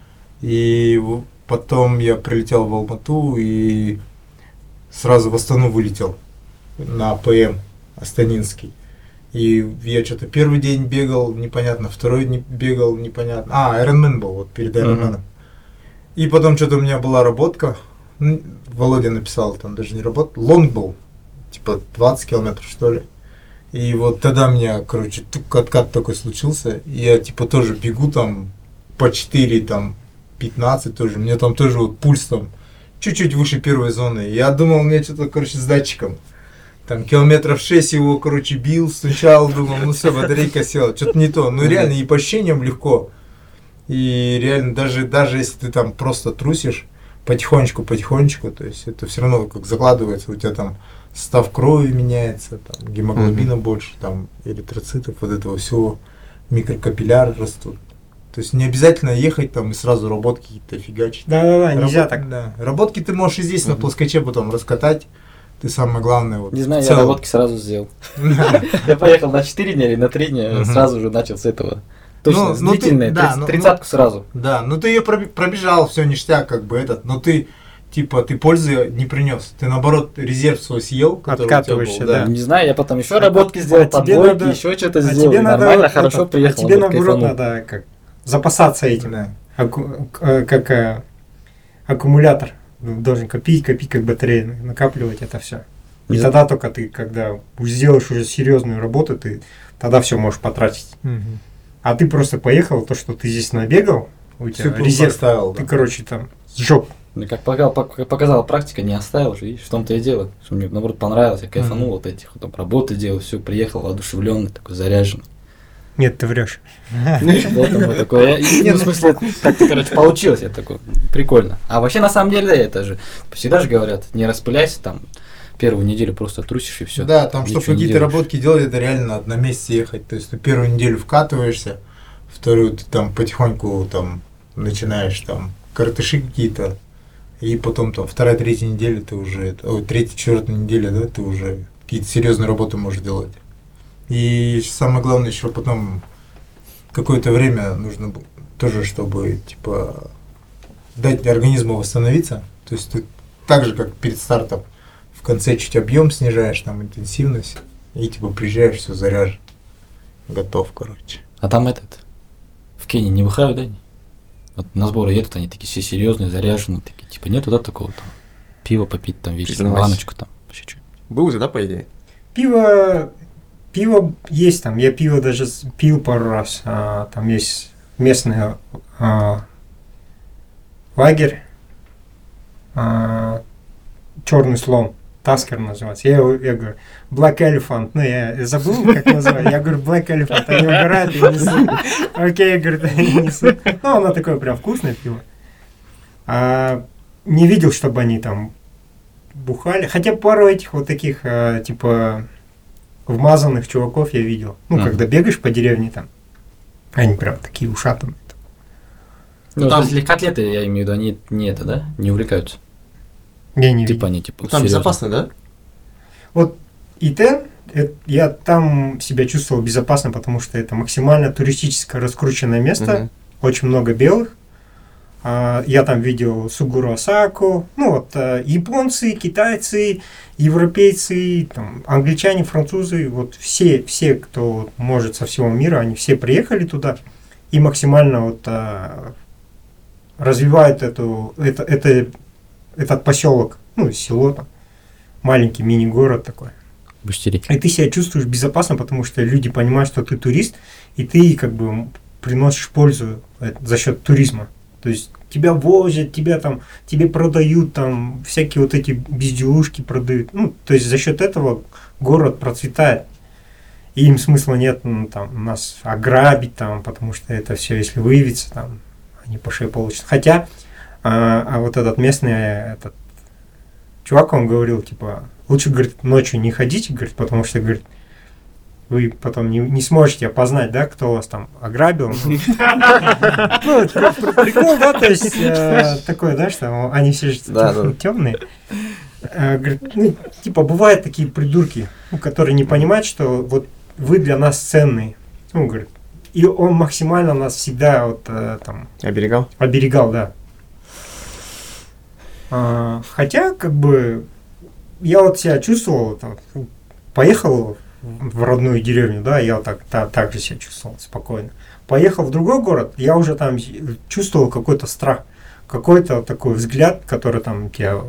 И потом я прилетел в Алмату и сразу в Астану вылетел на ПМ Астанинский. И я что-то первый день бегал, непонятно, второй день бегал, непонятно. Ironman был, вот перед Ironman. И потом что-то у меня была работка. Володя написал, там даже не работа, лонг был, типа 20 километров, что ли. И вот тогда у меня, короче, откат такой случился. И я типа тоже бегу там по 4, там 15 тоже. Мне там тоже вот пульс там чуть-чуть выше первой зоны. Я думал, у меня что-то, короче, с датчиком. Там километров 6 его, короче, бил, стучал, думал, ну все, батарейка села. Что-то не то. Ну реально и по ощущениям легко. И реально, даже если ты там просто трусишь, потихонечку, то есть это все равно как закладывается, у тебя там состав крови меняется, там, гемоглобина больше, там, эритроцитов, вот этого всего, микрокапилляры растут. То есть не обязательно ехать там и сразу работки какие-то фигачить. Да-да-да, нельзя так. Да. Работки ты можешь и здесь на плоскоче потом раскатать. Ты самое главное вот. Не знаю, в я целом. работки сразу сделал. Я поехал на 4 дня или на 3 дня, сразу же начал с этого. Точно, Ну, ты- длительная, да, 30-ку сразу. Да, ну ты ее пробежал, все ништяк, как бы этот, но ты типа ты пользы не принес. Ты наоборот резерв свой съел, который у тебя Откатываешься, был, да. Не знаю, я потом еще работки сделал, тебе подборки, надо- еще что-то А сделал. тебе и надо нормально, вот хорошо это, приехал. а тебе вот наоборот кайфанул. надо как запасаться этим, Да. как аккумулятор. Должен копить, как батарея, накапливать это все. И Да. тогда только ты, когда сделаешь уже серьезную работу, ты тогда все можешь потратить. Мгм. А ты просто поехал, то, что ты здесь набегал, у тебя Цикл резерв, поставил, ты, да. короче, там сжег. Ну, как показала практика, не оставил же, видишь, в том-то и дело. Что мне, наоборот, понравилось, я кайфанул вот этих, вот там работы делал, все, приехал воодушевленный, такой заряженный. Нет, ты врешь. Поэтому я такой, ну, в смысле, так-то, короче, получилось, я такой, прикольно. А вообще, на самом деле, это же, всегда же говорят, не распыляйся, там, первую неделю просто трусишь и все. Да, там, чтобы какие-то работки делать, это реально надо на месяц ехать. То есть ты первую неделю вкатываешься, вторую ты там потихоньку там начинаешь там коротыши какие-то, и потом там вторая, третья неделя ты уже, третья, четвертая неделя, да, ты уже какие-то серьезные работы можешь делать. И самое главное еще потом какое-то время нужно тоже, чтобы типа дать организму восстановиться. То есть ты так же, как перед стартом, в конце чуть объем снижаешь, там интенсивность, и типа приезжаешь, все заряжен, готов, короче. А там в Кении не бухают, да? Вот на сборы едут, они такие все серьезные, заряженные, такие, типа, нету, да, такого там, пиво попить, там, вечером, Признавайся. баночку, там, вообще что. Был же, да, по идее? Пиво есть там, я пиво даже пил пару раз, там есть местный лагерь, черный слон, Таскер называется. Я говорю, Black Elephant, ну я забыл, как называют, я говорю, Black Elephant, они убирают и несут. Окей, я говорю, они несут. Ну, оно такое прям вкусное пиво. Не видел, чтобы они там бухали, хотя пару этих вот таких, типа, вмазанных чуваков я видел. Ну, когда бегаешь по деревне там, они прям такие ушатанные. Ну, там- там легкоатлеты, я имею в виду, они не это, да, не увлекаются. Я не Типа видел. они, типа, Ну, там серьёзно. безопасно, да? Вот ИТ, я там себя чувствовал безопасно, потому что это максимально туристическое раскрученное место, Мгм. очень много белых. Я там видел Сугуру Осаку, ну вот японцы, китайцы, европейцы, там, англичане, французы, вот все, кто может со всего мира, они все приехали туда и максимально вот развивают этот поселок, ну село там, маленький мини-город такой. Бустери. И ты себя чувствуешь безопасно, потому что люди понимают, что ты турист, и ты как бы приносишь пользу за счет туризма. То есть тебя возят, тебе продают там всякие вот эти безделушки продают. Ну, то есть за счет этого город процветает. И им смысла нет там, нас ограбить, там, потому что это все, если выявится, там, они по шее получат. Хотя, вот этот местный чувак, он говорил, типа, лучше, говорит, ночью не ходите, говорит, потому что, говорит, вы потом не сможете опознать, да, кто вас там ограбил. Ну, прикол, да, то есть такое, да, что они все же темные. Говорит, ну, типа, бывают такие придурки, которые не понимают, что вот вы для нас ценные. Ну, говорит, и он максимально нас всегда вот там... Оберегал, да. Хотя, как бы, я вот себя чувствовал, там, поехал в родную деревню, да, я так же себя чувствовал спокойно. Поехал в другой город, я уже там чувствовал какой-то страх, какой-то такой взгляд, который там тебя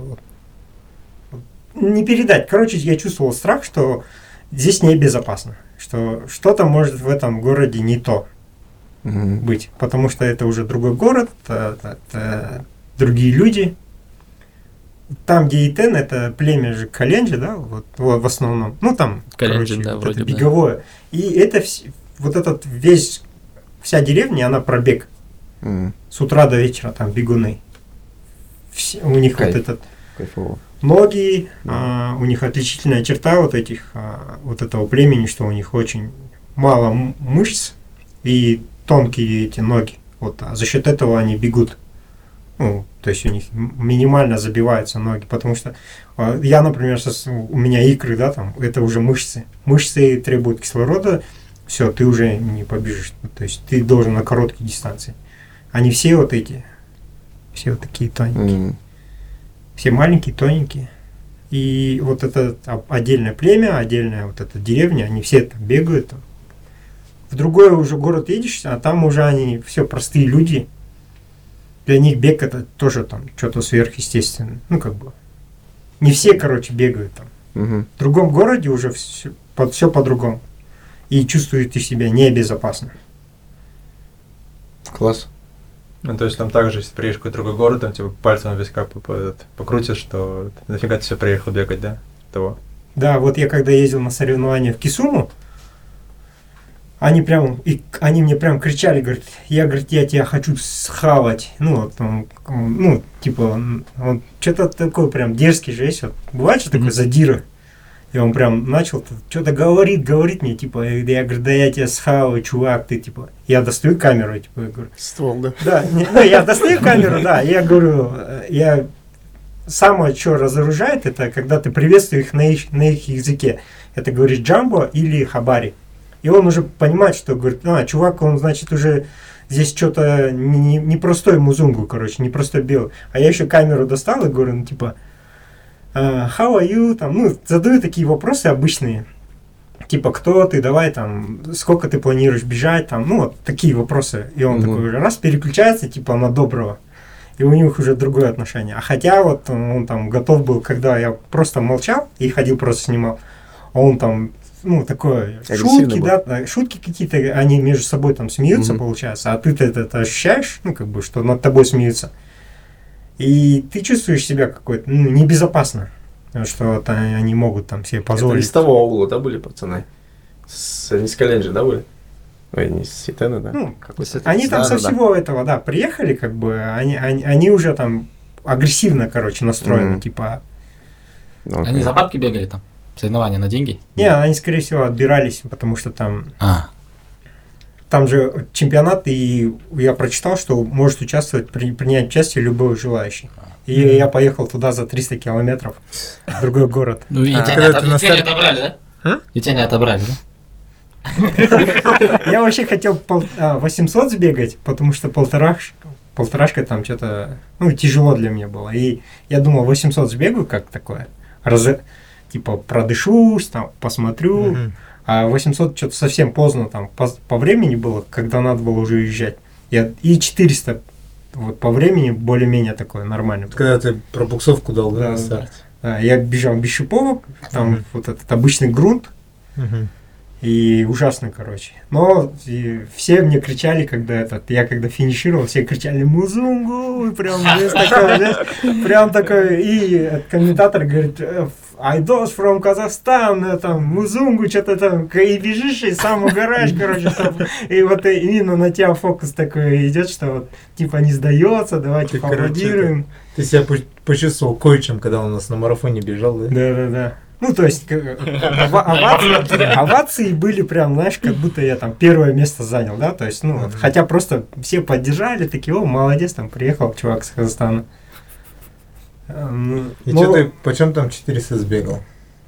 не передать. Короче, я чувствовал страх, что здесь небезопасно, что что-то может в этом городе не то быть, потому что это уже другой город, это другие люди. Там, где Итен, это племя же Календжи, да, вот в основном. Ну, там, Календжи, короче, да, вот вроде это бы. беговое. И это вот этот вся деревня, она пробег. С утра до вечера там бегуны. У них Кайф. вот этот Кайфово. ноги, у них отличительная черта вот этого племени, что у них очень мало мышц и тонкие эти ноги. Вот, а за счет этого они бегут. Ну, то есть у них минимально забиваются ноги, потому что я, например, у меня икры, да, там, это уже мышцы. Мышцы требуют кислорода, все, ты уже не побежишь. То есть ты должен на короткой дистанции. Они все вот такие тоненькие. Все маленькие, тоненькие. И вот это отдельное племя, отдельная вот эта деревня, они все там бегают. В другой уже город едешь, а там уже они все простые люди. Для них бег это тоже там что-то сверхъестественное. Ну, как бы. Не все, короче, бегают там. В другом городе уже все по-другому. И чувствуют ты себя небезопасно. Класс. Ну, то есть там также, если приедешь в какой-то другой город, там типа пальцем весь как покрутишь, что нафига ты все приехал бегать, да? Того. Да, вот я когда ездил на соревнования в Кисуму, они мне прям кричали, говорят, я тебя хочу схавать. Ну, вот, он что-то такое прям дерзкий же есть. Вот, бывает, что такое задира. И он прям начал, что-то говорит мне, типа, я говорю, да я тебя схаваю, чувак, ты, типа, я достаю камеру, типа, я говорю. Ствол, да? Да, я достаю камеру, да, я говорю, самое, что разоружает, это когда ты приветствуешь их на их языке. Это говоришь джамбо или хабари. И он уже понимает, что, говорит, чувак, он, значит, уже здесь что-то не простой музунгу, короче, не простой белый. А я еще камеру достал и говорю, ну, типа, how are you, там, ну, задаю такие вопросы обычные. Типа, кто ты, давай, там, сколько ты планируешь бежать, там, ну, вот такие вопросы. И он такой раз переключается, типа, на доброго. И у них уже другое отношение. А хотя вот он там готов был, когда я просто молчал и ходил, просто снимал, он там, ну, такое, шутки, да, шутки какие-то, они между собой там смеются, получается, а ты это ощущаешь, ну, как бы, что над тобой смеются. И ты чувствуешь себя какой-то, ну, небезопасно, что они могут там себе позволить. Это из того аула, да, были пацаны? Не с Календжи, да, были? Ой, не с Итена, да? Ну, они там со всего этого, да, приехали, как бы, они уже там агрессивно, короче, настроены, типа... Они за бабки бегали там? Соревнования на деньги? Не, они, скорее всего, отбирались, потому что там... Там же чемпионат, и я прочитал, что может участвовать, принять участие любой желающий. И я поехал туда за 300 километров, в другой город. Ну, и тебя не отобрали, да? И тебя не отобрали, да? Я вообще хотел 800 сбегать, потому что полторашка там что-то, ну, тяжело для меня было. И я думал, 800 сбегаю, как такое, типа продышусь, там, посмотрю. А 800 что-то совсем поздно там по времени было, когда надо было уже уезжать. И 400 вот по времени более-менее такое нормально было. Когда ты пробуксовку дал, да, на старте. Я бежал без шиповок, там вот этот обычный грунт, и ужасно, короче. Но и все мне кричали, я когда финишировал, все кричали «Музунгу!» И прям здесь такой, знаешь, прям такой, и комментатор говорит «Айдос from Казахстан», там, «Музунгу», что-то там, и бежишь, и сам угораешь, короче, там, и вот именно на тебя фокус такой идет, что вот, типа, не сдается, давайте Ты, короче, поаплодируем. Ты себя почувствовал кое-чем, когда он у нас на марафоне бежал, да? Да. Ну, то есть, овации были прям, знаешь, как будто я там первое место занял, да, то есть, ну, хотя просто все поддержали, такие, о, молодец, там, приехал чувак из Казахстана. И что ты, почем там 400 сбегал?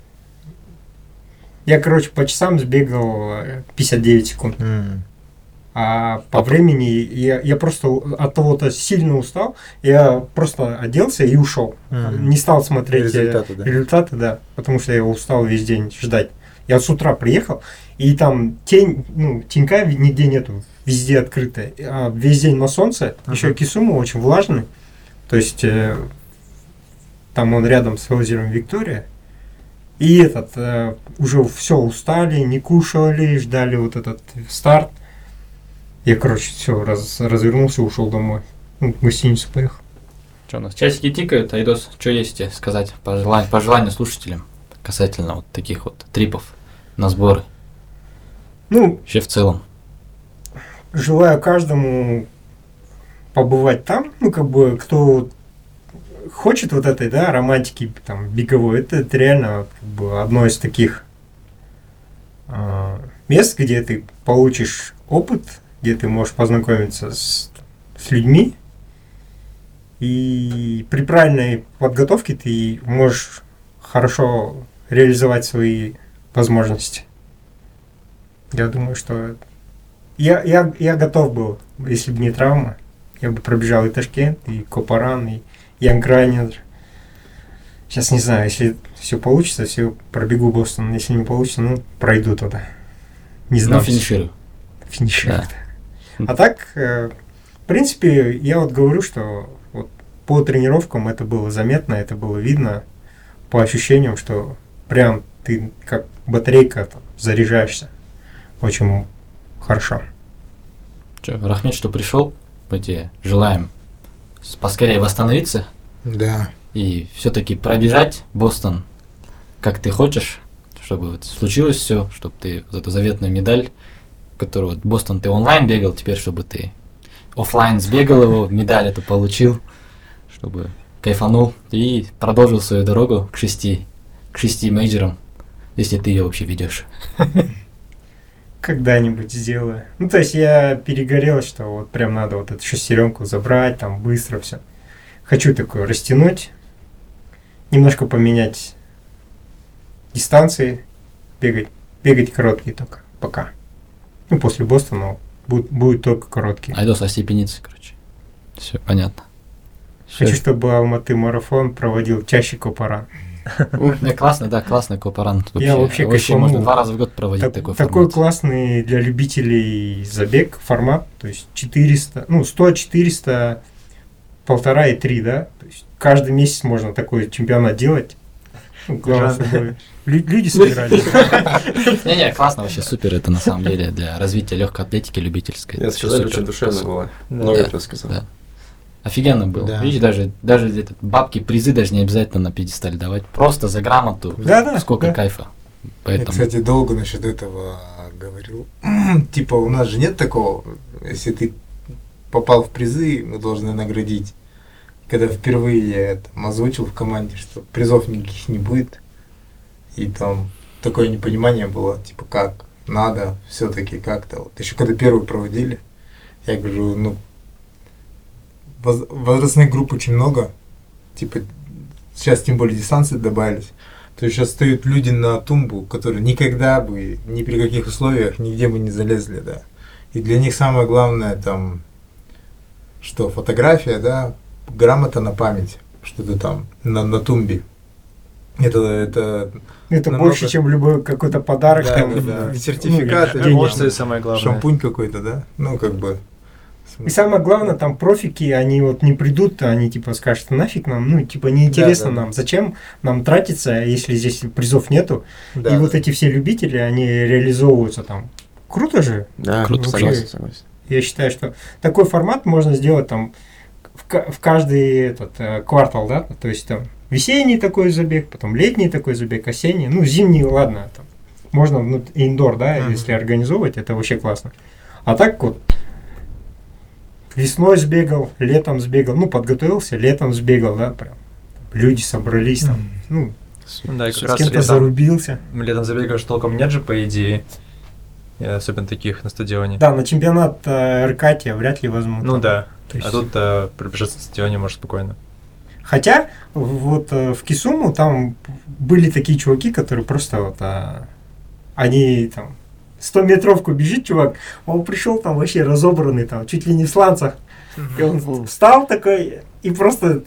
Я, короче, по часам сбегал 59 секунд. А по времени я просто от того-то сильно устал, я просто оделся и ушел. Не стал смотреть результаты, да, потому что я устал весь день ждать. Я с утра приехал, и там тенька нигде нету, везде открыто. А весь день на солнце, еще Кисуму очень влажный, то есть там он рядом с озером Виктория. И уже все устали, не кушали, ждали вот этот старт. Я, короче, все, развернулся и ушел домой. В гостиницу поехал. Что у нас? Часики тикают, Айдос, что есть тебе сказать, пожелания слушателям касательно вот таких вот трипов на сборы? Ну, вообще в целом. Желаю каждому побывать там, кто хочет вот этой, да, романтики там беговой, это реально одно из таких мест, где ты получишь опыт, где ты можешь познакомиться с людьми, и при правильной подготовке ты можешь хорошо реализовать свои возможности. Я думаю, что я готов был, если бы не травма, я бы пробежал и Ташкент, и Копаран, и Янгранер. Сейчас не знаю, если все получится, все пробегу Бостон, если не получится, пройду туда. Не знаю. Финиширую. Да. А так, в принципе, я вот говорю, что вот по тренировкам это было заметно, это было видно, по ощущениям, что прям ты как батарейка заряжаешься. Очень хорошо. Рахмет, что пришел. Мы тебе желаем поскорее восстановиться. Да. И все-таки пробежать Бостон, как ты хочешь, чтобы вот случилось все, чтобы ты вот эту заветную медаль, которую вот Бостон ты онлайн бегал, теперь чтобы ты офлайн сбегал его, медаль эту получил, чтобы кайфанул и продолжил свою дорогу к 6 мейджорам, если ты ее вообще ведешь. Когда-нибудь сделаю. То есть я перегорел, что вот прям надо вот эту шестеренку забрать, там быстро все. Хочу такое растянуть, немножко поменять дистанции, бегать короткие только, пока. После Бостона будет только короткие. Айдос остепенится, короче. Все понятно. Хочу, чтобы Алматы марафон проводил чаще Копаран. Классно, да, классный Копаран. Я вообще можно 2 раза в год проводить такой формат. Такой классный для любителей забег формат, то есть 400, 100, 400, 1,5 и 3, да? То есть каждый месяц можно такой чемпионат делать. Главное, чтобы люди собирались. Не, классно, вообще супер, это на самом деле для развития легкой атлетики любительской. Я сказал, очень душевно было. Много кто сказал. Офигенно было. Да. Видишь, даже где-то бабки, призы даже не обязательно на пьедестале давать. Просто за грамоту. Да, сколько кайфа. Поэтому... Я, кстати, долго насчет этого говорил. Типа, у нас же нет такого, если ты попал в призы, мы должны наградить. Когда впервые я там озвучил в команде, что призов никаких не будет. И там такое непонимание было, типа, как надо все-таки как-то. Вот еще когда первую проводили, я говорю, возрастных групп очень много, типа, сейчас тем более дистанции добавились, то есть сейчас стоят люди на тумбу, которые никогда бы, ни при каких условиях, нигде бы не залезли, да. И для них самое главное там, что фотография, да, грамота на память, что-то там на тумбе. Это намного... больше, чем любой какой-то подарок, да, там, да. Сертификат, эмоции самое главное. Шампунь какой-то, да, как бы. И самое главное, там профики, они вот не придут, они типа скажут, нафиг нам, ну, типа, неинтересно Да. нам, зачем нам тратиться, если здесь призов нету. И вот эти все любители, они реализовываются там. Круто же. Да, Круто, согласен. Я считаю, что такой формат можно сделать там в каждый квартал, да, то есть там весенний такой забег, потом летний такой забег, осенний, ну, зимний, ладно, там, можно индор, да, если организовывать, это вообще классно. А так вот, весной сбегал, летом сбегал, ну, подготовился, летом сбегал, да, прям, люди собрались там, ну, Да, и как с раз кем-то зарубился. летом забегаешь толком нет же, по идее. И особенно таких на стадионе. Да, на чемпионат РК тебя вряд ли возьмут. Ну да. То есть- А тут пробежаться на стадионе может спокойно. Хотя вот в Кисуму там были такие чуваки, которые просто вот они там 100-метровку бежит чувак, он пришел там вообще разобранный, там чуть ли не в сланцах. И он встал такой и просто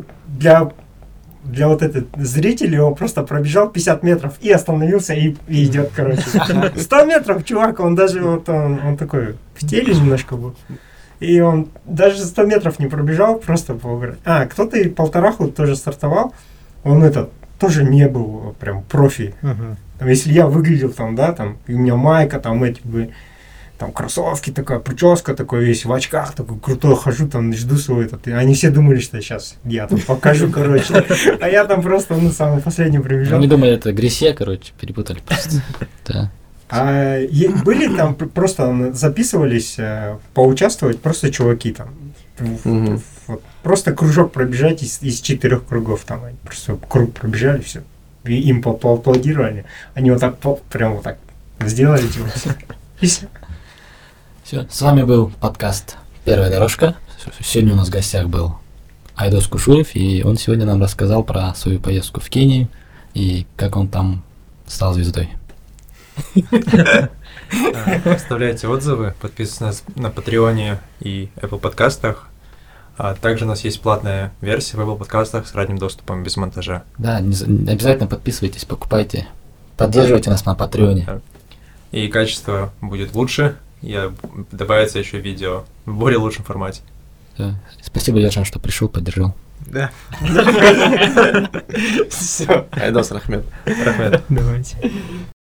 для вот этот зрителей он просто пробежал 50 метров и остановился и идет, короче. 100 метров, чувак, он даже вот он такой в теле немножко был. И он даже 100 метров не пробежал, просто поиграть. Кто-то и полтораху тоже стартовал, он тоже не был прям профи. Там, если я выглядел там, да, там, и у меня майка, там эти бы, там кроссовки, такая прическа, такой весь в очках, такой крутой, хожу там, жду свой этот. И они все думали, что сейчас я там покажу, короче. А я там просто, самый последний прибежал. Они думали, это Грисье, короче, перепутали просто. Да. Были там просто записывались поучаствовать просто чуваки там. Вот, просто кружок пробежать из 4 кругов там. Они просто круг пробежали, все. И им поаплодировали. Они вот так прям вот так сделали. Типа, и все. Все, с вами был подкаст «Первая дорожка». Сегодня у нас в гостях был Айдос Кушуев, и он сегодня нам рассказал про свою поездку в Кению и как он там стал звездой. Оставляйте отзывы, подписывайтесь на Патреоне и Apple подкастах. А также у нас есть платная версия в Apple подкастах с ранним доступом без монтажа. Да, обязательно подписывайтесь, покупайте, поддерживайте нас на Патреоне. И качество будет лучше, добавится еще видео в более лучшем формате. Всё. Спасибо, Ержан, что пришел, поддержал. Да. Все. Айдос Рахмет. Рахмет. Давайте.